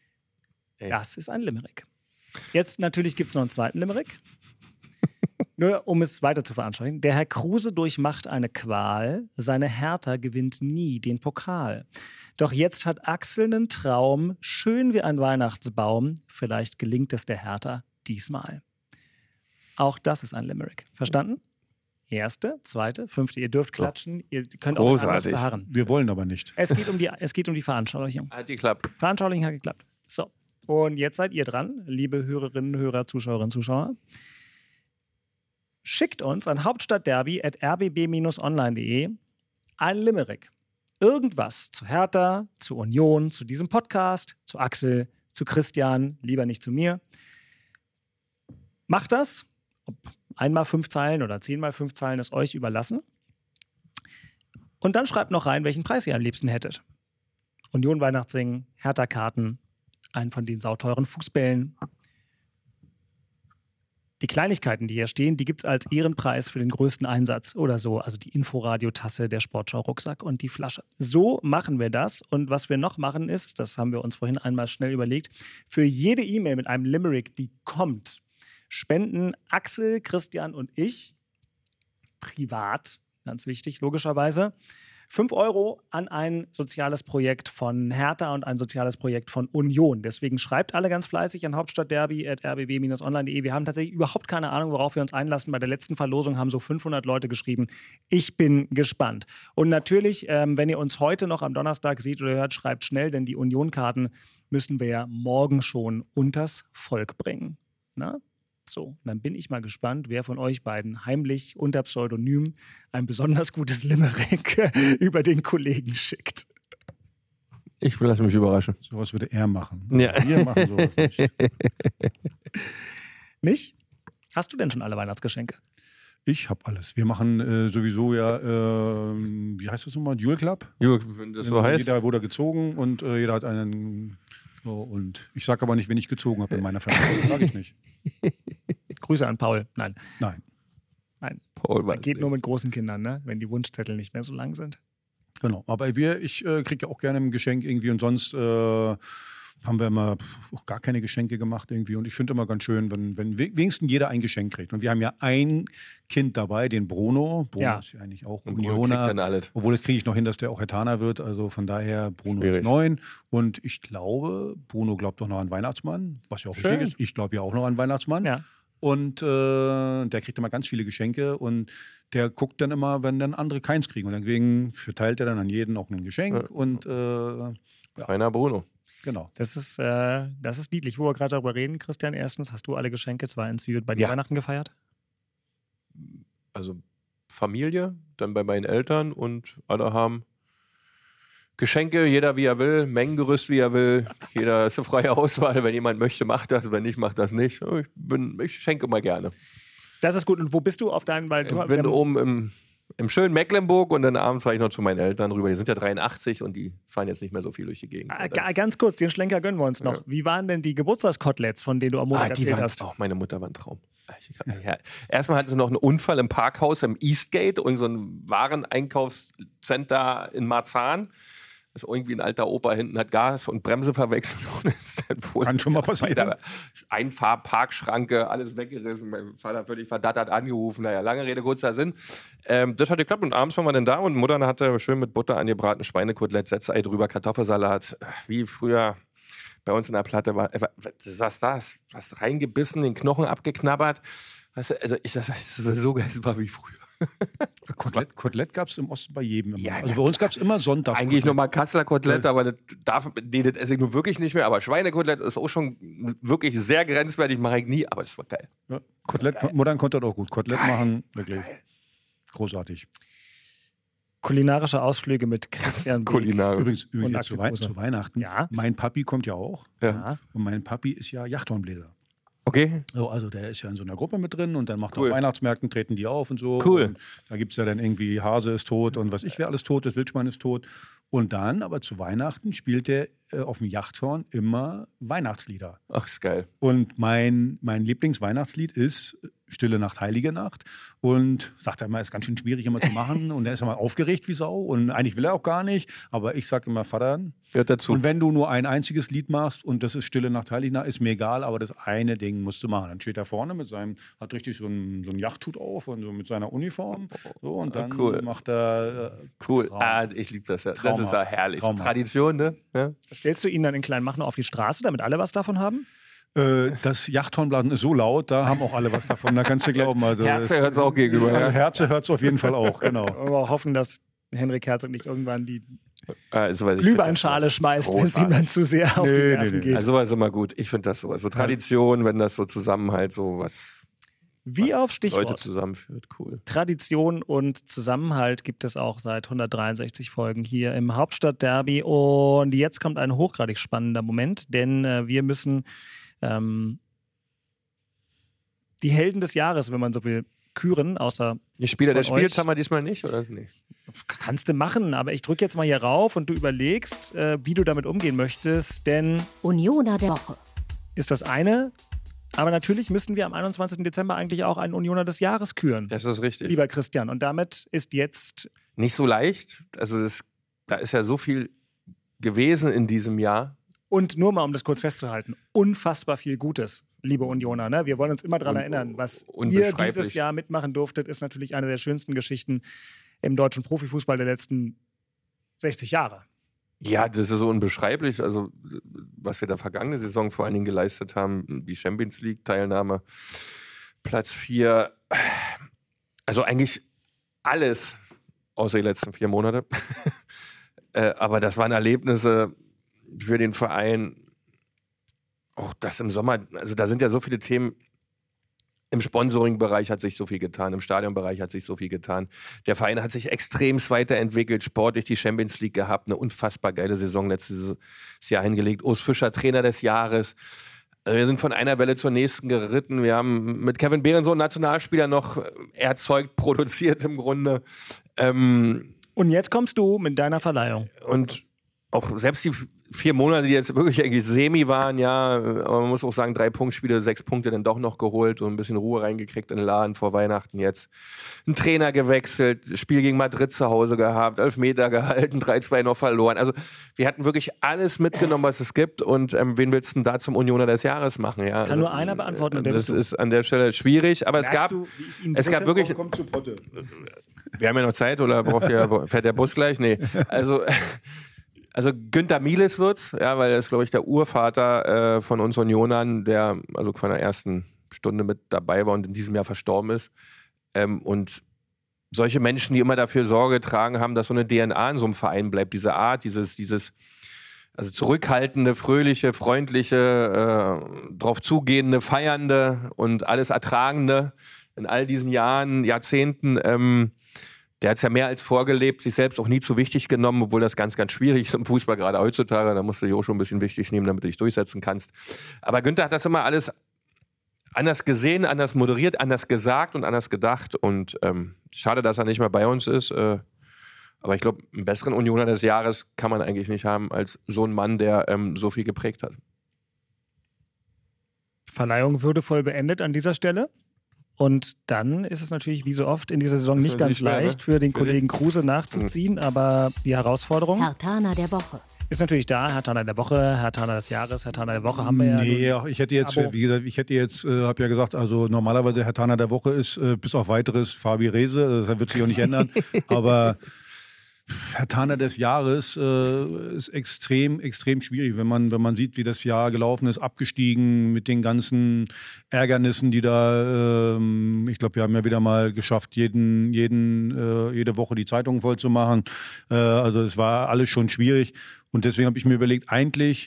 S2: Das ist ein Limerick. Jetzt natürlich gibt es noch einen zweiten Limerick. Nur um es weiter zu veranschaulichen. Der Herr Kruse durchmacht eine Qual. Seine Hertha gewinnt nie den Pokal. Doch jetzt hat Axel einen Traum. Schön wie ein Weihnachtsbaum. Vielleicht gelingt es der Hertha diesmal. Auch das ist ein Limerick. Verstanden? Erste, zweite, 5. Ihr dürft klatschen. So. Ihr könnt auch verharren.
S4: Wir wollen aber nicht.
S2: Es geht um die Veranschaulichung.
S3: Hat geklappt.
S2: Veranschaulichung hat geklappt. So. Und jetzt seid ihr dran, liebe Hörerinnen, Hörer, Zuschauerinnen, Zuschauer. Schickt uns an hauptstadtderby@rbb-online.de ein Limerick. Irgendwas zu Hertha, zu Union, zu diesem Podcast, zu Axel, zu Christian, lieber nicht zu mir. Macht das. Ob 1x5 Zeilen oder 10x5 Zeilen ist euch überlassen. Und dann schreibt noch rein, welchen Preis ihr am liebsten hättet. Union Weihnachtssingen, Hertha-Karten, einen von den sauteuren Fußbällen. Die Kleinigkeiten, die hier stehen, die gibt es als Ehrenpreis für den größten Einsatz oder so. Also die Inforadio-Tasse, der Sportschau-Rucksack und die Flasche. So machen wir das. Und was wir noch machen ist, das haben wir uns vorhin einmal schnell überlegt, für jede E-Mail mit einem Limerick, die kommt, spenden Axel, Christian und ich privat, ganz wichtig, logischerweise, 5 € an ein soziales Projekt von Hertha und ein soziales Projekt von Union. Deswegen schreibt alle ganz fleißig an hauptstadtderby@rbb-online.de. Wir haben tatsächlich überhaupt keine Ahnung, worauf wir uns einlassen. Bei der letzten Verlosung haben so 500 Leute geschrieben. Ich bin gespannt. Und natürlich, wenn ihr uns heute noch am Donnerstag seht oder hört, schreibt schnell, denn die Union-Karten müssen wir ja morgen schon unters Volk bringen. Na? So, und dann bin ich mal gespannt, wer von euch beiden heimlich unter Pseudonym ein besonders gutes Limerick über den Kollegen schickt.
S3: Ich lasse mich überraschen.
S4: Sowas würde er machen.
S3: Ja.
S4: Wir machen sowas nicht.
S2: Nicht? Hast du denn schon alle Weihnachtsgeschenke?
S4: Ich habe alles. Wir machen sowieso ja, wie heißt das nochmal? Dual Club?
S3: Wenn das so heißt.
S4: Jeder wurde gezogen und jeder hat einen. So, und ich sage aber nicht, wenn ich gezogen habe in meiner Familie. Sage ich nicht.
S2: Grüße an Paul. Nein.
S3: Paul
S2: weiß geht nicht. Nur mit großen Kindern, ne? Wenn die Wunschzettel nicht mehr so lang sind.
S4: Genau. Aber ich kriege ja auch gerne ein Geschenk irgendwie und sonst haben wir immer auch gar keine Geschenke gemacht irgendwie. Und ich finde immer ganz schön, wenn wenigstens jeder ein Geschenk kriegt. Und wir haben ja ein Kind dabei, den Bruno. Bruno ist ja eigentlich auch Unioner. Obwohl, das kriege ich noch hin, dass der auch Etaner wird. Also von daher, Bruno ist 9. Und ich glaube, Bruno glaubt doch noch an Weihnachtsmann, was ja auch richtig ist. Ich glaube ja auch noch an Weihnachtsmann. Ja. Und der kriegt immer ganz viele Geschenke und der guckt dann immer, wenn dann andere keins kriegen. Und deswegen verteilt er dann an jeden auch ein Geschenk. Und
S3: Feiner Bruno.
S4: Genau.
S2: Das ist niedlich, wo wir gerade darüber reden, Christian. Erstens, hast du alle Geschenke? Zweitens, wie wird bei dir Weihnachten gefeiert?
S3: Also Familie, dann bei meinen Eltern und alle haben Geschenke, jeder wie er will, Mengengerüst wie er will. Jeder ist eine freie Auswahl. Wenn jemand möchte, macht das. Wenn nicht, macht das nicht. Ich schenke mal gerne.
S2: Das ist gut. Und wo bist du auf deinen? Weil
S3: ich bin oben im schönen Mecklenburg und dann abends fahre ich noch zu meinen Eltern rüber. Die sind ja 83 und die fahren jetzt nicht mehr so viel durch die Gegend.
S2: Ganz kurz, den Schlenker gönnen wir uns noch. Ja. Wie waren denn die Geburtstagskoteletts, von denen du am Montag erzählt hast?
S3: Meine Mutter war ein Traum. Ja. Erstmal hatten sie noch einen Unfall im Parkhaus im Eastgate, irgend so ein Wareneinkaufscenter in Marzahn. Das ist irgendwie ein alter Opa hinten hat Gas und Bremse verwechselt.
S4: Kann schon mal passieren.
S3: Parkschranke, alles weggerissen. Mein Vater völlig verdattert angerufen. Naja, lange Rede, kurzer Sinn. Das hat geklappt und abends waren wir dann da und Mutter hatte schön mit Butter angebraten Schweinekotelett, Setzei drüber, Kartoffelsalat. Wie früher bei uns in der Platte war. Du saß da, hast reingebissen, den Knochen abgeknabbert. Weißt du, also das war so geil, es war wie früher.
S4: Kotelett gab es im Osten bei jedem immer. Ja, also bei uns gab es immer Sonntags.
S3: Eigentlich nochmal Kasseler Kotelett, aber das esse ich nun wirklich nicht mehr. Aber Schweinekotelett ist auch schon wirklich sehr grenzwertig, mache ich nie, aber das war geil.
S4: Ja. Kotelett, Muttern konnte das auch gut. Kotelett machen, wirklich großartig.
S2: Kulinarische Ausflüge mit Christian Beek.
S4: Übrigens zu Weihnachten. Ja. Mein Papi kommt ja auch. Ja. Und mein Papi ist ja Yachthornbläser.
S3: Okay.
S4: So, also der ist ja in so einer Gruppe mit drin und dann macht er auf Weihnachtsmärkten, treten die auf und so.
S3: Cool.
S4: Und da gibt es ja dann irgendwie Hase ist tot und was ich wer alles tot ist, Wildschwein ist tot. Und dann, aber zu Weihnachten, spielt er auf dem Yachthorn immer Weihnachtslieder.
S3: Ach, ist geil.
S4: Und mein Lieblingsweihnachtslied ist Stille Nacht, Heilige Nacht. Und sagt er immer, ist ganz schön schwierig immer zu machen. Und er ist immer aufgeregt wie Sau. Und eigentlich will er auch gar nicht. Aber ich sage immer, Vater,
S3: hört dazu.
S4: Und wenn du nur ein einziges Lied machst und das ist Stille Nacht, Heilige Nacht, ist mir egal, aber das eine Ding musst du machen. Dann steht er vorne hat richtig so ein Yachthut auf und so mit seiner Uniform. So, und dann macht er
S3: cool. Ich liebe das ja. Das ist ja herrlich. So Tradition, ne? Ja.
S2: Stellst du ihn dann in Kleinmachnow auf die Straße, damit alle was davon haben?
S4: Das Yachthornblasen ist so laut, da haben auch alle was davon, da kannst du glauben. Also,
S3: Herze hört es auch gegenüber. Ja.
S4: Herze hört es auf jeden Fall auch, genau.
S2: Aber hoffen, dass Henrik Herzog nicht irgendwann die Glühweinschale schmeißt, wenn es ihm dann zu sehr auf die Nerven geht.
S3: Also sowas ist immer gut. Ich finde das so. Also Tradition, wenn das so Zusammenhalt so was
S2: wie auf Stichwort.
S3: Leute zusammenführt, cool.
S2: Tradition und Zusammenhalt gibt es auch seit 163 Folgen hier im Hauptstadtderby. Und jetzt kommt ein hochgradig spannender Moment, denn wir müssen die Helden des Jahres, wenn man so will, küren, außer
S3: die Spieler des Spiels haben wir diesmal nicht, oder nicht?
S2: Kannst du machen, aber ich drücke jetzt mal hier rauf und du überlegst, wie du damit umgehen möchtest, denn
S1: Unioner der Woche
S2: ist das eine. Aber natürlich müssen wir am 21. Dezember eigentlich auch einen Unioner des Jahres küren.
S3: Das ist richtig.
S2: Lieber Christian. Und damit ist jetzt
S3: nicht so leicht. Also da ist ja so viel gewesen in diesem Jahr.
S2: Und nur mal, um das kurz festzuhalten, unfassbar viel Gutes, liebe Unioner. Ne? Wir wollen uns immer daran erinnern, was ihr dieses Jahr mitmachen durftet, ist natürlich eine der schönsten Geschichten im deutschen Profifußball der letzten 60 Jahre.
S3: Ja, das ist so unbeschreiblich. Also, was wir da vergangene Saison vor allen Dingen geleistet haben, die Champions League-Teilnahme, Platz 4, also eigentlich alles außer die letzten 4 Monate. Aber das waren Erlebnisse für den Verein. Auch das im Sommer, also da sind ja so viele Themen. Im Sponsoring-Bereich hat sich so viel getan, im Stadionbereich hat sich so viel getan. Der Verein hat sich extremst weiterentwickelt, sportlich die Champions League gehabt, eine unfassbar geile Saison letztes Jahr hingelegt. Urs Fischer, Trainer des Jahres. Wir sind von einer Welle zur nächsten geritten. Wir haben mit Kevin Behrens, Nationalspieler, noch erzeugt, produziert im Grunde.
S2: Und jetzt kommst du mit deiner Verleihung.
S3: Und auch selbst die 4 Monate, die jetzt wirklich eigentlich semi waren, ja, aber man muss auch sagen, 3 Punktspiele, 6 Punkte dann doch noch geholt und ein bisschen Ruhe reingekriegt in den Laden vor Weihnachten jetzt. Ein Trainer gewechselt, Spiel gegen Madrid zu Hause gehabt, 11 Meter gehalten, 3-2 noch verloren. Also wir hatten wirklich alles mitgenommen, was es gibt und wen willst du denn da zum Unioner des Jahres machen? Ja?
S2: Das kann nur einer beantworten. Und
S3: das ist an der Stelle schwierig, aber es gab wirklich...
S4: Kommt zu Potte.
S3: Wir haben ja noch Zeit, oder fährt der Bus gleich? Nee. Also Günther Mieles wird's, ja, weil er ist, glaube ich, der Urvater von uns Unionern, der also von der ersten Stunde mit dabei war und in diesem Jahr verstorben ist. Und solche Menschen, die immer dafür Sorge getragen haben, dass so eine DNA in so einem Verein bleibt, diese Art, dieses also zurückhaltende, fröhliche, freundliche, drauf zugehende, feiernde und alles Ertragende in all diesen Jahren, Jahrzehnten, der hat es ja mehr als vorgelebt, sich selbst auch nie zu wichtig genommen, obwohl das ganz, ganz schwierig ist im Fußball, gerade heutzutage. Da musst du dich auch schon ein bisschen wichtig nehmen, damit du dich durchsetzen kannst. Aber Günther hat das immer alles anders gesehen, anders moderiert, anders gesagt und anders gedacht. Und schade, dass er nicht mehr bei uns ist. Aber ich glaube, einen besseren Unioner des Jahres kann man eigentlich nicht haben als so ein Mann, der so viel geprägt hat.
S2: Verleihung würdevoll beendet an dieser Stelle. Und dann ist es natürlich wie so oft in dieser Saison nicht ganz leicht für den Kollegen Kruse nachzuziehen, aber die Herausforderung
S1: Hertaner der Woche.
S2: ist natürlich da. Hertaner der Woche, Hertaner des Jahres, Hertaner der Woche haben wir ja.
S4: Nee, ich hätte jetzt, wie gesagt, habe ja gesagt, also normalerweise Hertaner der Woche ist bis auf weiteres Fabi Rehse, das wird sich auch nicht ändern, aber Hertaner des Jahres ist extrem, extrem schwierig, wenn man sieht, wie das Jahr gelaufen ist, abgestiegen mit den ganzen Ärgernissen, die da, ich glaube, wir haben ja wieder mal geschafft, jede Woche die Zeitungen voll zu machen. Also es war alles schon schwierig und deswegen habe ich mir überlegt, eigentlich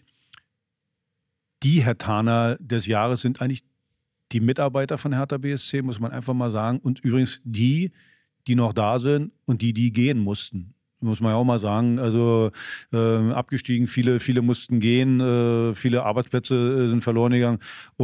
S4: die Hertaner des Jahres sind eigentlich die Mitarbeiter von Hertha BSC, muss man einfach mal sagen, und übrigens die noch da sind und die gehen mussten. Muss man ja auch mal sagen, also abgestiegen, viele mussten gehen, viele Arbeitsplätze sind verloren gegangen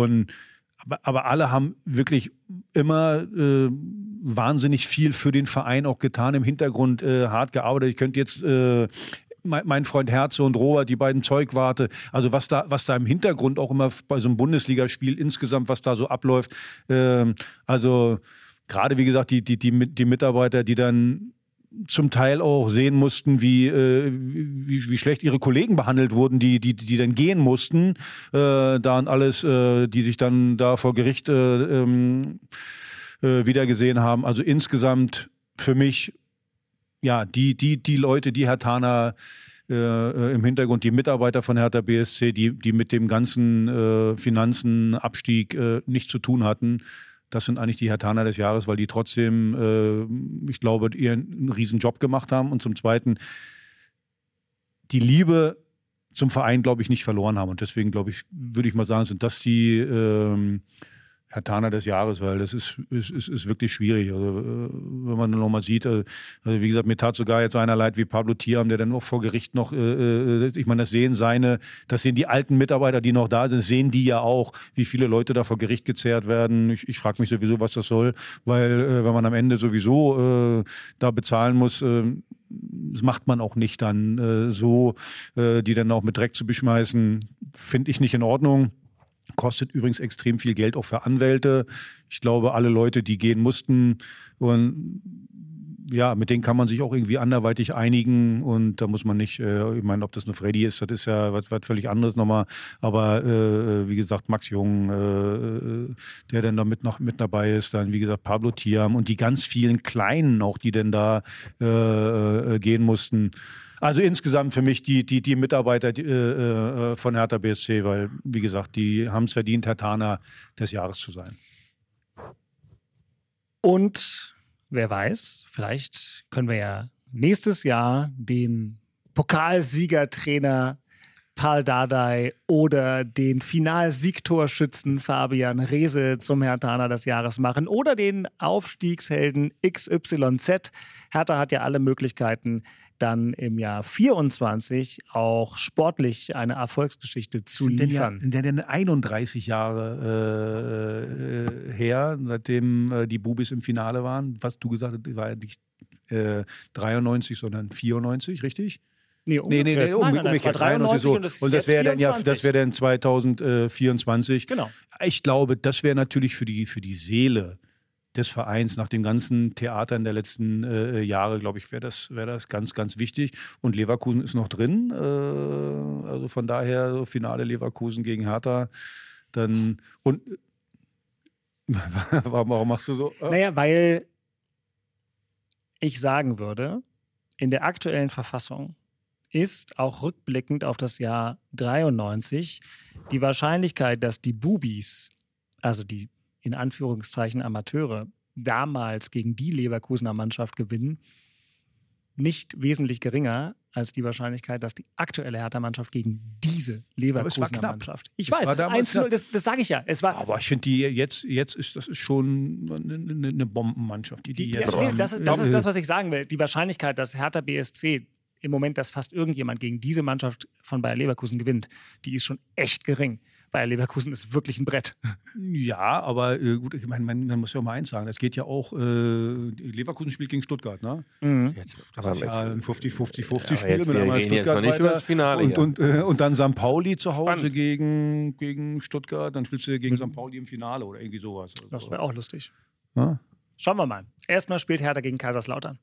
S4: aber alle haben wirklich immer wahnsinnig viel für den Verein auch getan, im Hintergrund hart gearbeitet. Ich könnte jetzt mein Freund Herze und Robert, die beiden Zeugwarte, also was da im Hintergrund auch immer bei so einem Bundesligaspiel insgesamt, was da so abläuft, also gerade wie gesagt die Mitarbeiter, die dann zum Teil auch sehen mussten, wie schlecht ihre Kollegen behandelt wurden, die dann gehen mussten, da und alles, die sich dann da vor Gericht wiedergesehen haben. Also insgesamt für mich, ja, die Leute, die Hertaner im Hintergrund, die Mitarbeiter von Hertha BSC, die mit dem ganzen Finanzen, Abstieg nichts zu tun hatten, das sind eigentlich die Hertaner des Jahres, weil die trotzdem, ich glaube, ihren riesen Job gemacht haben und zum Zweiten die Liebe zum Verein, glaube ich, nicht verloren haben. Und deswegen, glaube ich, würde ich mal sagen, sind das die Hertaner des Jahres, weil das ist wirklich schwierig. Also, wenn man noch mal sieht, also wie gesagt, mir tat sogar jetzt einer leid wie Pablo Thiam, der dann auch vor Gericht noch, ich meine, das sehen die alten Mitarbeiter, die noch da sind, sehen die ja auch, wie viele Leute da vor Gericht gezerrt werden. Ich frage mich sowieso, was das soll, weil wenn man am Ende sowieso da bezahlen muss, das macht man auch nicht dann die dann auch mit Dreck zu beschmeißen, finde ich nicht in Ordnung. Kostet übrigens extrem viel Geld auch für Anwälte. Ich glaube, alle Leute, die gehen mussten, und ja, mit denen kann man sich auch irgendwie anderweitig einigen und da muss man nicht, ich meine, ob das nur Freddy ist, das ist ja was völlig anderes nochmal, aber wie gesagt, Max Jung, der dann da mit dabei ist, dann wie gesagt Pablo Thiam und die ganz vielen Kleinen auch, die denn da gehen mussten. Also insgesamt für mich die Mitarbeiter von Hertha BSC, weil, wie gesagt, die haben es verdient, Hertaner des Jahres zu sein.
S2: Und wer weiß, vielleicht können wir ja nächstes Jahr den Pokalsiegertrainer Pal Dardai oder den Finalsiegtorschützen Fabian Rehse zum Hertaner des Jahres machen oder den Aufstiegshelden XYZ. Hertha hat ja alle Möglichkeiten, dann im Jahr 24 auch sportlich eine Erfolgsgeschichte zu liefern.
S4: Denn 31 Jahre her, seitdem die Bubis im Finale waren, was du gesagt hast, war ja nicht 93, sondern 94, richtig?
S2: Nee,
S4: umgekehrt.
S2: Das war 93
S4: und das wäre dann
S2: 24.
S4: Das wäre dann 2024.
S2: Genau.
S4: Ich glaube, das wäre natürlich für die Seele des Vereins nach den ganzen Theatern der letzten Jahre, glaube ich, wäre das ganz, ganz wichtig. Und Leverkusen ist noch drin. Also von daher Finale Leverkusen gegen Hertha. Dann und warum machst du so?
S2: Naja, weil ich sagen würde, in der aktuellen Verfassung ist auch rückblickend auf das Jahr 93 die Wahrscheinlichkeit, dass die Bubis, also die in Anführungszeichen Amateure, damals gegen die Leverkusener Mannschaft gewinnen, nicht wesentlich geringer als die Wahrscheinlichkeit, dass die aktuelle Hertha-Mannschaft gegen diese Leverkusener Mannschaft. Ich weiß,
S4: war damals
S2: 1-0, das sage ich ja.
S4: Aber ich finde, jetzt ist das schon eine Bombenmannschaft, die jetzt haben.
S2: Das ist das, was ich sagen will. Die Wahrscheinlichkeit, dass Hertha BSC im Moment, dass fast irgendjemand gegen diese Mannschaft von Bayer Leverkusen gewinnt, die ist schon echt gering. Bayer Leverkusen ist wirklich ein Brett.
S4: Ja, aber gut, ich meine, man muss ja auch mal eins sagen, es geht ja auch, Leverkusen spielt gegen Stuttgart, ne?
S2: Mhm.
S4: Das ist ja ein 50-50-50 Spiel.
S3: Jetzt, wir gehen jetzt noch nicht über das Finale
S4: und dann St. Pauli zu Hause gegen Stuttgart, dann spielst du gegen St. Pauli im Finale oder irgendwie sowas. Also,
S2: das wäre auch lustig.
S4: Ja?
S2: Schauen wir mal. Erstmal spielt Hertha gegen Kaiserslautern.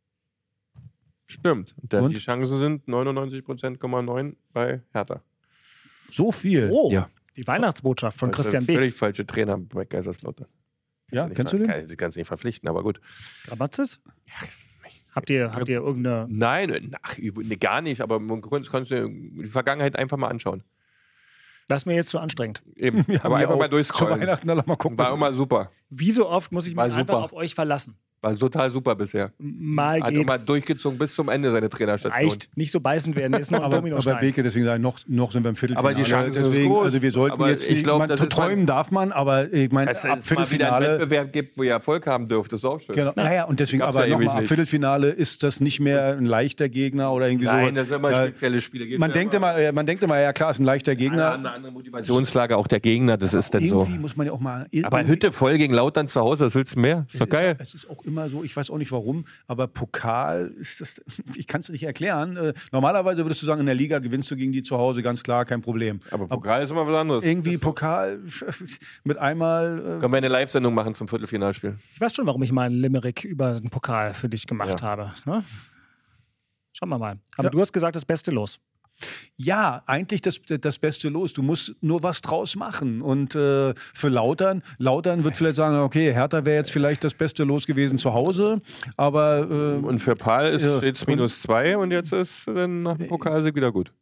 S3: Stimmt. Die Chancen sind 99,9% bei Hertha.
S4: So viel?
S2: Oh,
S3: ja.
S2: Die Weihnachtsbotschaft von Christian Beek.
S3: Völlig falsche Trainer bei Kaiserslautern.
S4: Ja, kennst du den?
S3: Sie kannst nicht verpflichten, aber gut.
S2: Grabatzis? Habt ihr irgendeine...
S3: Nein, gar nicht, aber man kannst die Vergangenheit einfach mal anschauen.
S2: Das ist mir jetzt zu anstrengend.
S3: Eben, aber einfach mal durchscrollen.
S4: Zu Weihnachten mal gucken.
S3: War immer super.
S2: Wie so oft muss ich mich einfach auf euch verlassen.
S3: War total super bisher.
S2: Mal
S3: Hat
S2: geht's.
S3: immer durchgezogen bis zum Ende seine Trainerstation.
S2: Reicht, nicht so beißen werden, ist nur ein Dominostein.
S4: Aber Beke, deswegen sagen, noch sind wir im Viertelfinale.
S3: Aber die Chance ist
S4: deswegen,
S3: groß.
S4: also wir sollten
S3: Aber
S4: jetzt,
S3: ich glaub,
S4: träumen darf man, aber ich meine,
S3: es
S4: ab
S3: ist mal wieder ein
S4: Viertelfinale...
S3: Wettbewerb gibt, wo ihr Erfolg haben dürft, ist auch schön.
S4: Genau. Naja, und deswegen
S3: Gab's
S4: aber
S3: ja ewig
S4: nochmal, ab
S3: nicht.
S4: Viertelfinale ist das nicht mehr ein leichter Gegner oder irgendwie so.
S3: Nein, das sind immer spezielle Spiele.
S4: Man denkt immer, ja klar, ist ein leichter Gegner.
S3: Eine andere Motivationslage, auch der Gegner, das ist dann so.
S4: Irgendwie muss man ja auch mal...
S3: Aber Hütte voll gegen Lautern zu Hause, was willst du mehr? Ist doch geil.
S4: Es ist auch immer so, ich weiß auch nicht warum, aber Pokal ist das, ich kann es nicht erklären. Normalerweise würdest du sagen, in der Liga gewinnst du gegen die zu Hause, ganz klar, kein Problem.
S3: Aber Pokal ist immer was anderes.
S4: Irgendwie Pokal mit einmal...
S3: Können wir eine Live-Sendung machen zum Viertelfinalspiel?
S2: Ich weiß schon, warum ich mal einen Limerick über den Pokal für dich gemacht habe. Ne? Schauen wir mal. Aber du hast gesagt, das Beste los.
S4: Ja, eigentlich das Beste los. Du musst nur was draus machen. Und für Lautern wird vielleicht sagen, okay, Hertha wäre jetzt vielleicht das Beste Los gewesen zu Hause, aber...
S3: und für Pal steht es -2 und jetzt ist dann nach dem Pokalsieg wieder gut.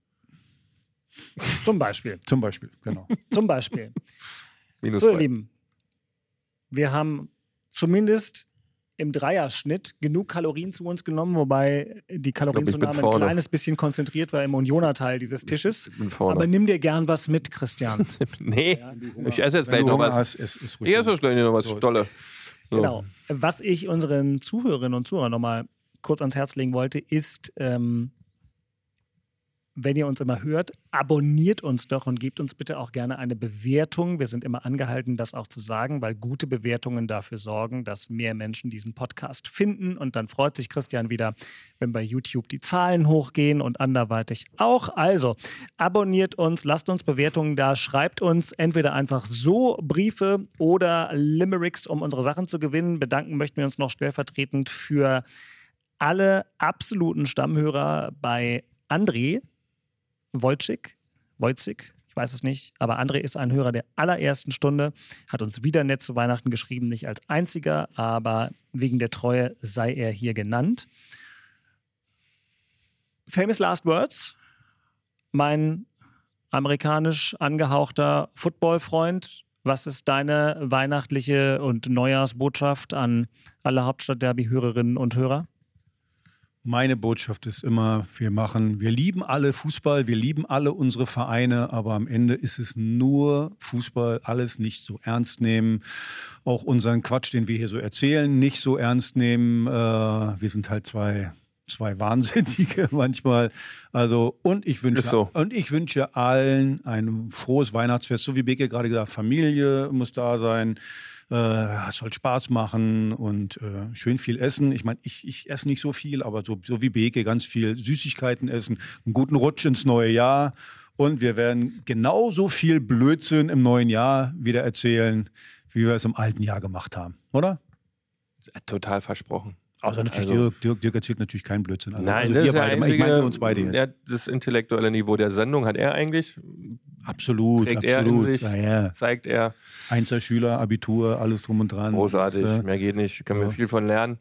S2: Zum Beispiel,
S4: genau.
S2: Zum Beispiel.
S3: -2.
S2: So, ihr Lieben, wir haben zumindest im Dreierschnitt genug Kalorien zu uns genommen, wobei die Kalorienzunahme ein kleines bisschen konzentriert war im Unioner-Teil dieses Tisches. Aber nimm dir gern was mit, Christian.
S3: Nee, ich esse jetzt gleich noch was. Ich esse jetzt gleich noch was Stolle. So.
S2: Genau. Was ich unseren Zuhörerinnen und Zuhörern nochmal kurz ans Herz legen wollte, ist, wenn ihr uns immer hört, abonniert uns doch und gebt uns bitte auch gerne eine Bewertung. Wir sind immer angehalten, das auch zu sagen, weil gute Bewertungen dafür sorgen, dass mehr Menschen diesen Podcast finden. Und dann freut sich Christian wieder, wenn bei YouTube die Zahlen hochgehen und anderweitig auch. Also abonniert uns, lasst uns Bewertungen da, schreibt uns entweder einfach so Briefe oder Limericks, um unsere Sachen zu gewinnen. Bedanken möchten wir uns noch stellvertretend für alle absoluten Stammhörer bei André Wojcik, ich weiß es nicht, aber André ist ein Hörer der allerersten Stunde, hat uns wieder nett zu Weihnachten geschrieben, nicht als einziger, aber wegen der Treue sei er hier genannt. Famous Last Words, mein amerikanisch angehauchter Football-Freund, was ist deine weihnachtliche und Neujahrsbotschaft an alle Hauptstadt-Derby-Hörerinnen und Hörer?
S4: Meine Botschaft ist immer, wir lieben alle Fußball, wir lieben alle unsere Vereine, aber am Ende ist es nur Fußball, alles nicht so ernst nehmen. Auch unseren Quatsch, den wir hier so erzählen, nicht so ernst nehmen. Wir sind halt zwei 2 Wahnsinnige manchmal. Also, und ich wünsche allen ein frohes Weihnachtsfest, so wie Beke gerade gesagt, Familie muss da sein. Es soll Spaß machen und schön viel essen. Ich meine, ich esse nicht so viel, aber so wie Beke ganz viel Süßigkeiten essen, einen guten Rutsch ins neue Jahr. Und wir werden genauso viel Blödsinn im neuen Jahr wieder erzählen, wie wir es im alten Jahr gemacht haben, oder?
S3: Total versprochen.
S4: Außer natürlich, Dirk erzählt natürlich keinen Blödsinn.
S3: Nein,
S4: also
S3: das
S4: wir
S3: ist der
S4: beide.
S3: einzige,
S4: Ich meinte uns beide jetzt.
S3: Ja, das intellektuelle Niveau der Sendung hat er eigentlich.
S4: Absolut,
S3: Trägt
S4: absolut.
S3: er in sich, zeigt er.
S4: Einzelschüler, Abitur, alles drum und dran.
S3: Großartig, mehr geht nicht. Können wir viel von lernen.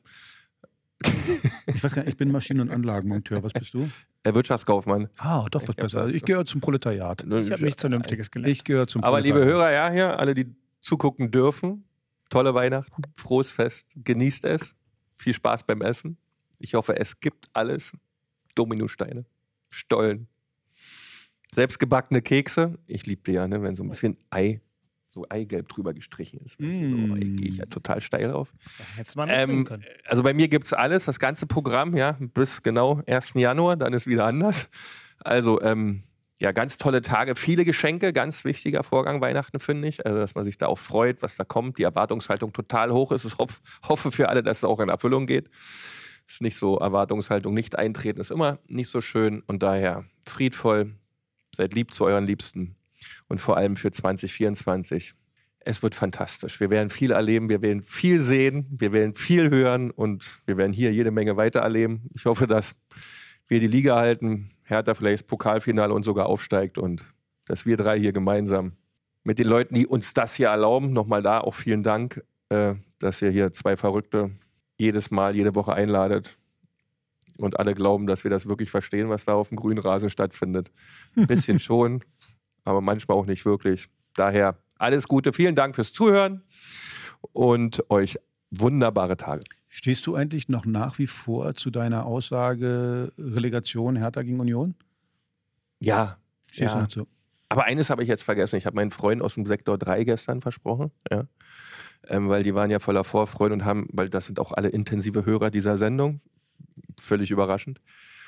S4: Ich weiß gar nicht, ich bin Maschinen- und Anlagenmonteur. Was bist du?
S3: Wirtschaftskaufmann.
S4: Doch, was besser. Also ich gehöre zum Proletariat.
S2: Ich habe nichts Vernünftiges gelernt.
S4: Ich gehöre zum
S3: Aber
S4: Proletariat.
S3: liebe Hörer, ja, hier, alle, die zugucken dürfen, tolle Weihnachten, frohes Fest, genießt es, viel Spaß beim Essen. Ich hoffe, es gibt alles. Dominosteine, Stollen, selbstgebackene Kekse. Ich liebe die ja, ne, wenn so ein bisschen Eigelb drüber gestrichen ist. Weißt du, so, gehe ich ja total steil auf.
S2: Hättest du mal mitnehmen können.
S3: Also bei mir gibt es alles, das ganze Programm, ja, bis genau 1. Januar, dann ist wieder anders. Also, ja, ganz tolle Tage, viele Geschenke, ganz wichtiger Vorgang Weihnachten, finde ich. Also, dass man sich da auch freut, was da kommt. Die Erwartungshaltung total hoch ist. Ich hoffe für alle, dass es auch in Erfüllung geht. Ist nicht so, Erwartungshaltung nicht eintreten, ist immer nicht so schön. Und daher friedvoll, seid lieb zu euren Liebsten. Und vor allem für 2024. Es wird fantastisch. Wir werden viel erleben, wir werden viel sehen, wir werden viel hören und wir werden hier jede Menge weiter erleben. Ich hoffe, dass wir die Liga halten, Hertha vielleicht das Pokalfinale und sogar aufsteigt und dass wir 3 hier gemeinsam mit den Leuten, die uns das hier erlauben, nochmal da auch vielen Dank, dass ihr hier 2 Verrückte jedes Mal, jede Woche einladet und alle glauben, dass wir das wirklich verstehen, was da auf dem grünen Rasen stattfindet. Ein bisschen schon, aber manchmal auch nicht wirklich. Daher alles Gute, vielen Dank fürs Zuhören und euch wunderbare Tage.
S4: Stehst du eigentlich noch nach wie vor zu deiner Aussage Relegation Hertha gegen Union?
S3: Ja.
S4: Stehst du noch zu?
S3: Aber eines habe ich jetzt vergessen. Ich habe meinen Freunden aus dem Sektor 3 gestern versprochen, ja. Weil die waren ja voller Vorfreude und haben, weil das sind auch alle intensive Hörer dieser Sendung, völlig überraschend.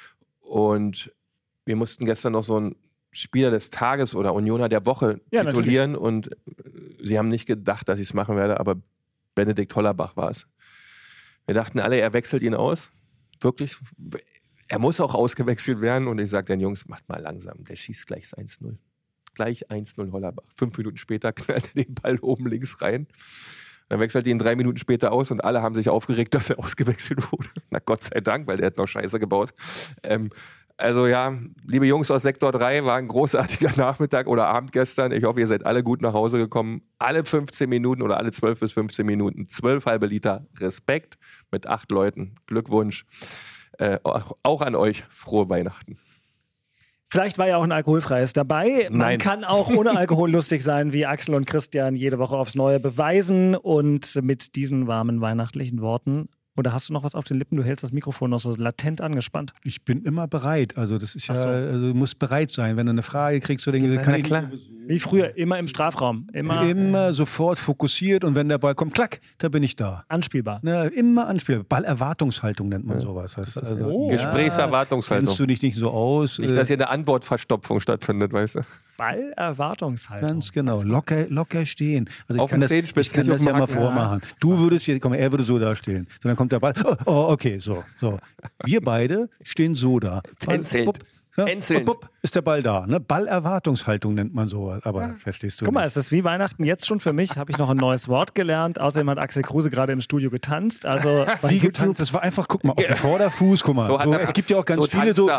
S3: Und wir mussten gestern noch so einen Spieler des Tages oder Unioner der Woche titulieren und sie haben nicht gedacht, dass ich es machen werde, aber Benedikt Hollerbach war es. Wir dachten alle, er wechselt ihn aus. Wirklich. Er muss auch ausgewechselt werden und ich sage den Jungs, macht mal langsam, der schießt gleich 1-0. Gleich 1-0 Hollerbach. 5 Minuten später knallt er den Ball oben links rein. Dann wechselt ihn 3 Minuten später aus und alle haben sich aufgeregt, dass er ausgewechselt wurde. Na Gott sei Dank, weil der hat noch Scheiße gebaut. Also ja, liebe Jungs aus Sektor 3, war ein großartiger Nachmittag oder Abend gestern. Ich hoffe, ihr seid alle gut nach Hause gekommen. Alle 15 Minuten oder alle 12 bis 15 Minuten 12 halbe Liter Respekt mit 8 Leuten. Glückwunsch. Auch an euch. Frohe Weihnachten.
S2: Vielleicht war ja auch ein alkoholfreies dabei. Man kann auch ohne Alkohol lustig sein, wie Axel und Christian jede Woche aufs Neue beweisen. Und mit diesen warmen weihnachtlichen Worten. Oder hast du noch was auf den Lippen? Du hältst das Mikrofon noch so latent angespannt.
S4: Ich bin immer bereit. Also das ist also du musst bereit sein. Wenn du eine Frage kriegst, so denke kann ich
S3: klar.
S2: Wie früher, immer im Strafraum.
S4: Immer sofort fokussiert und wenn der Ball kommt, klack, da bin ich da.
S2: Anspielbar.
S4: Na, immer anspielbar. Ballerwartungshaltung nennt man sowas.
S3: Gesprächsverwartungshaltung.
S4: Kennst du dich nicht so aus?
S3: Nicht, dass hier eine Antwortverstopfung stattfindet, weißt du?
S2: Ballerwartungshaltung.
S4: Ganz genau. Locker stehen. Also
S3: auf den Zehenspitzen,
S4: ich kann das ja mal
S3: Haken.
S4: vormachen. Du würdest hier, komm, er würde so da stehen. So, dann kommt der Ball. Oh, okay, so. Wir beide stehen so da.
S3: Tänzelnd.
S4: Und bupp, ist der Ball da. Ne? Ballerwartungshaltung nennt man so. Aber verstehst du
S2: Guck mal,
S4: nicht.
S2: es ist wie Weihnachten jetzt schon für mich. Habe ich noch ein neues Wort gelernt. Außerdem hat Axel Kruse gerade im Studio getanzt. Also
S4: wie getanzt? Das war einfach, guck mal, auf dem Vorderfuß, guck mal. Es gibt ja auch ganz viele so.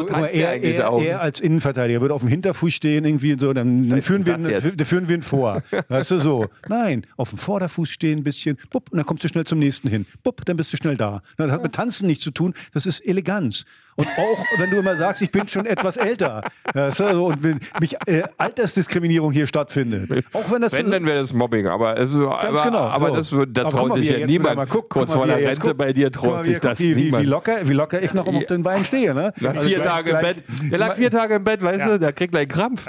S4: Er als Innenverteidiger würde auf dem Hinterfuß stehen, irgendwie so, dann führen wir ihn vor. Weißt du, so. Nein, auf dem Vorderfuß stehen ein bisschen, bupp, und dann kommst du schnell zum nächsten hin. Bupp, dann bist du schnell da. Das hat mit Tanzen nichts zu tun, das ist Eleganz. Und auch, wenn du immer sagst, ich bin schon etwas älter. Und wenn Altersdiskriminierung hier stattfindet. Auch wenn das.
S3: Wenn, dann wäre das Mobbing. Aber das traut sich ja niemand. Kurz vor der Rente bei dir traut sich das niemand.
S4: Wie locker ich noch auf den Beinen stehe. Ne?
S3: Lag 4 Tage im Bett. Der lag 4 Tage im Bett, weißt du, der kriegt gleich Krampf.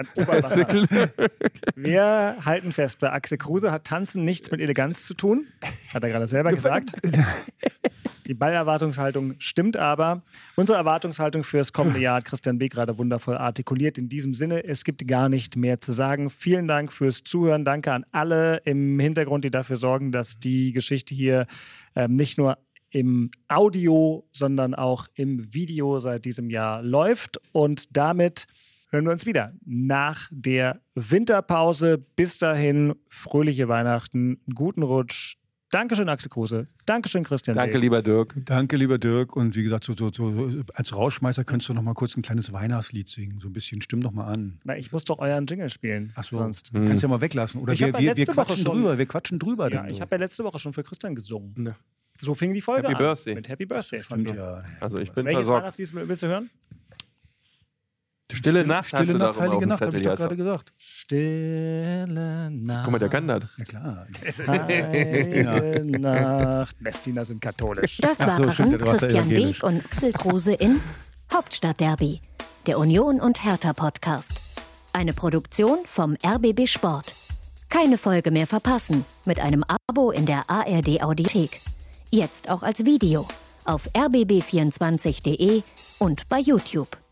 S2: Wir halten fest, bei Axel Kruse hat Tanzen nichts mit Eleganz zu tun. Hat er gerade selber gesagt. Die Ballerwartungshaltung stimmt aber. Unsere Erwartungshaltung für das kommende Jahr hat Christian Beek gerade wundervoll artikuliert. In diesem Sinne, es gibt gar nicht mehr zu sagen. Vielen Dank fürs Zuhören. Danke an alle im Hintergrund, die dafür sorgen, dass die Geschichte hier nicht nur im Audio, sondern auch im Video seit diesem Jahr läuft. Und damit hören wir uns wieder nach der Winterpause. Bis dahin, fröhliche Weihnachten, guten Rutsch. Dankeschön, Axel Kruse. Dankeschön, Christian
S3: Danke,
S2: Beek.
S3: lieber Dirk.
S4: Danke, lieber Dirk. Und wie gesagt, so als Rauschmeißer könntest du noch mal kurz ein kleines Weihnachtslied singen. So ein bisschen, stimm doch mal an.
S2: Na, ich muss doch euren Jingle spielen.
S4: Ach so,
S2: sonst.
S4: kannst ja mal weglassen. Oder
S2: Ich hab ja
S4: wir
S2: letzte Woche
S4: quatschen
S2: schon-
S4: drüber. Wir quatschen drüber.
S2: Ja,
S4: denn
S2: ich
S4: so.
S2: habe ja letzte Woche schon für Christian gesungen.
S3: Ja.
S2: So fing die Folge
S3: Happy
S2: an.
S3: Birthday.
S2: Mit Happy Birthday. von
S4: Stimmt,
S2: mir.
S4: ja.
S3: Also ich bin
S2: Welches
S3: versorgt.
S2: Weihnachtslied willst du hören?
S3: Stille Nacht hast
S4: Stille
S3: du
S4: Nacht,
S3: doch immer auf
S4: heilige
S3: dem
S4: Nacht, habe ich
S3: Zettel.
S4: doch gerade gesagt.
S2: Stille Nacht.
S3: Guck mal, der kann das.
S4: Ja, klar.
S2: Heilige Nacht. Messdiener sind katholisch.
S1: Das
S4: Ach so,
S1: waren
S4: stimmt, der war sehr
S1: Christian
S4: evangelisch.
S1: Beek und Axel Kruse in Hauptstadtderby, der Union und Hertha Podcast. Eine Produktion vom RBB Sport. Keine Folge mehr verpassen mit einem Abo in der ARD Audiothek. Jetzt auch als Video auf rbb24.de und bei YouTube.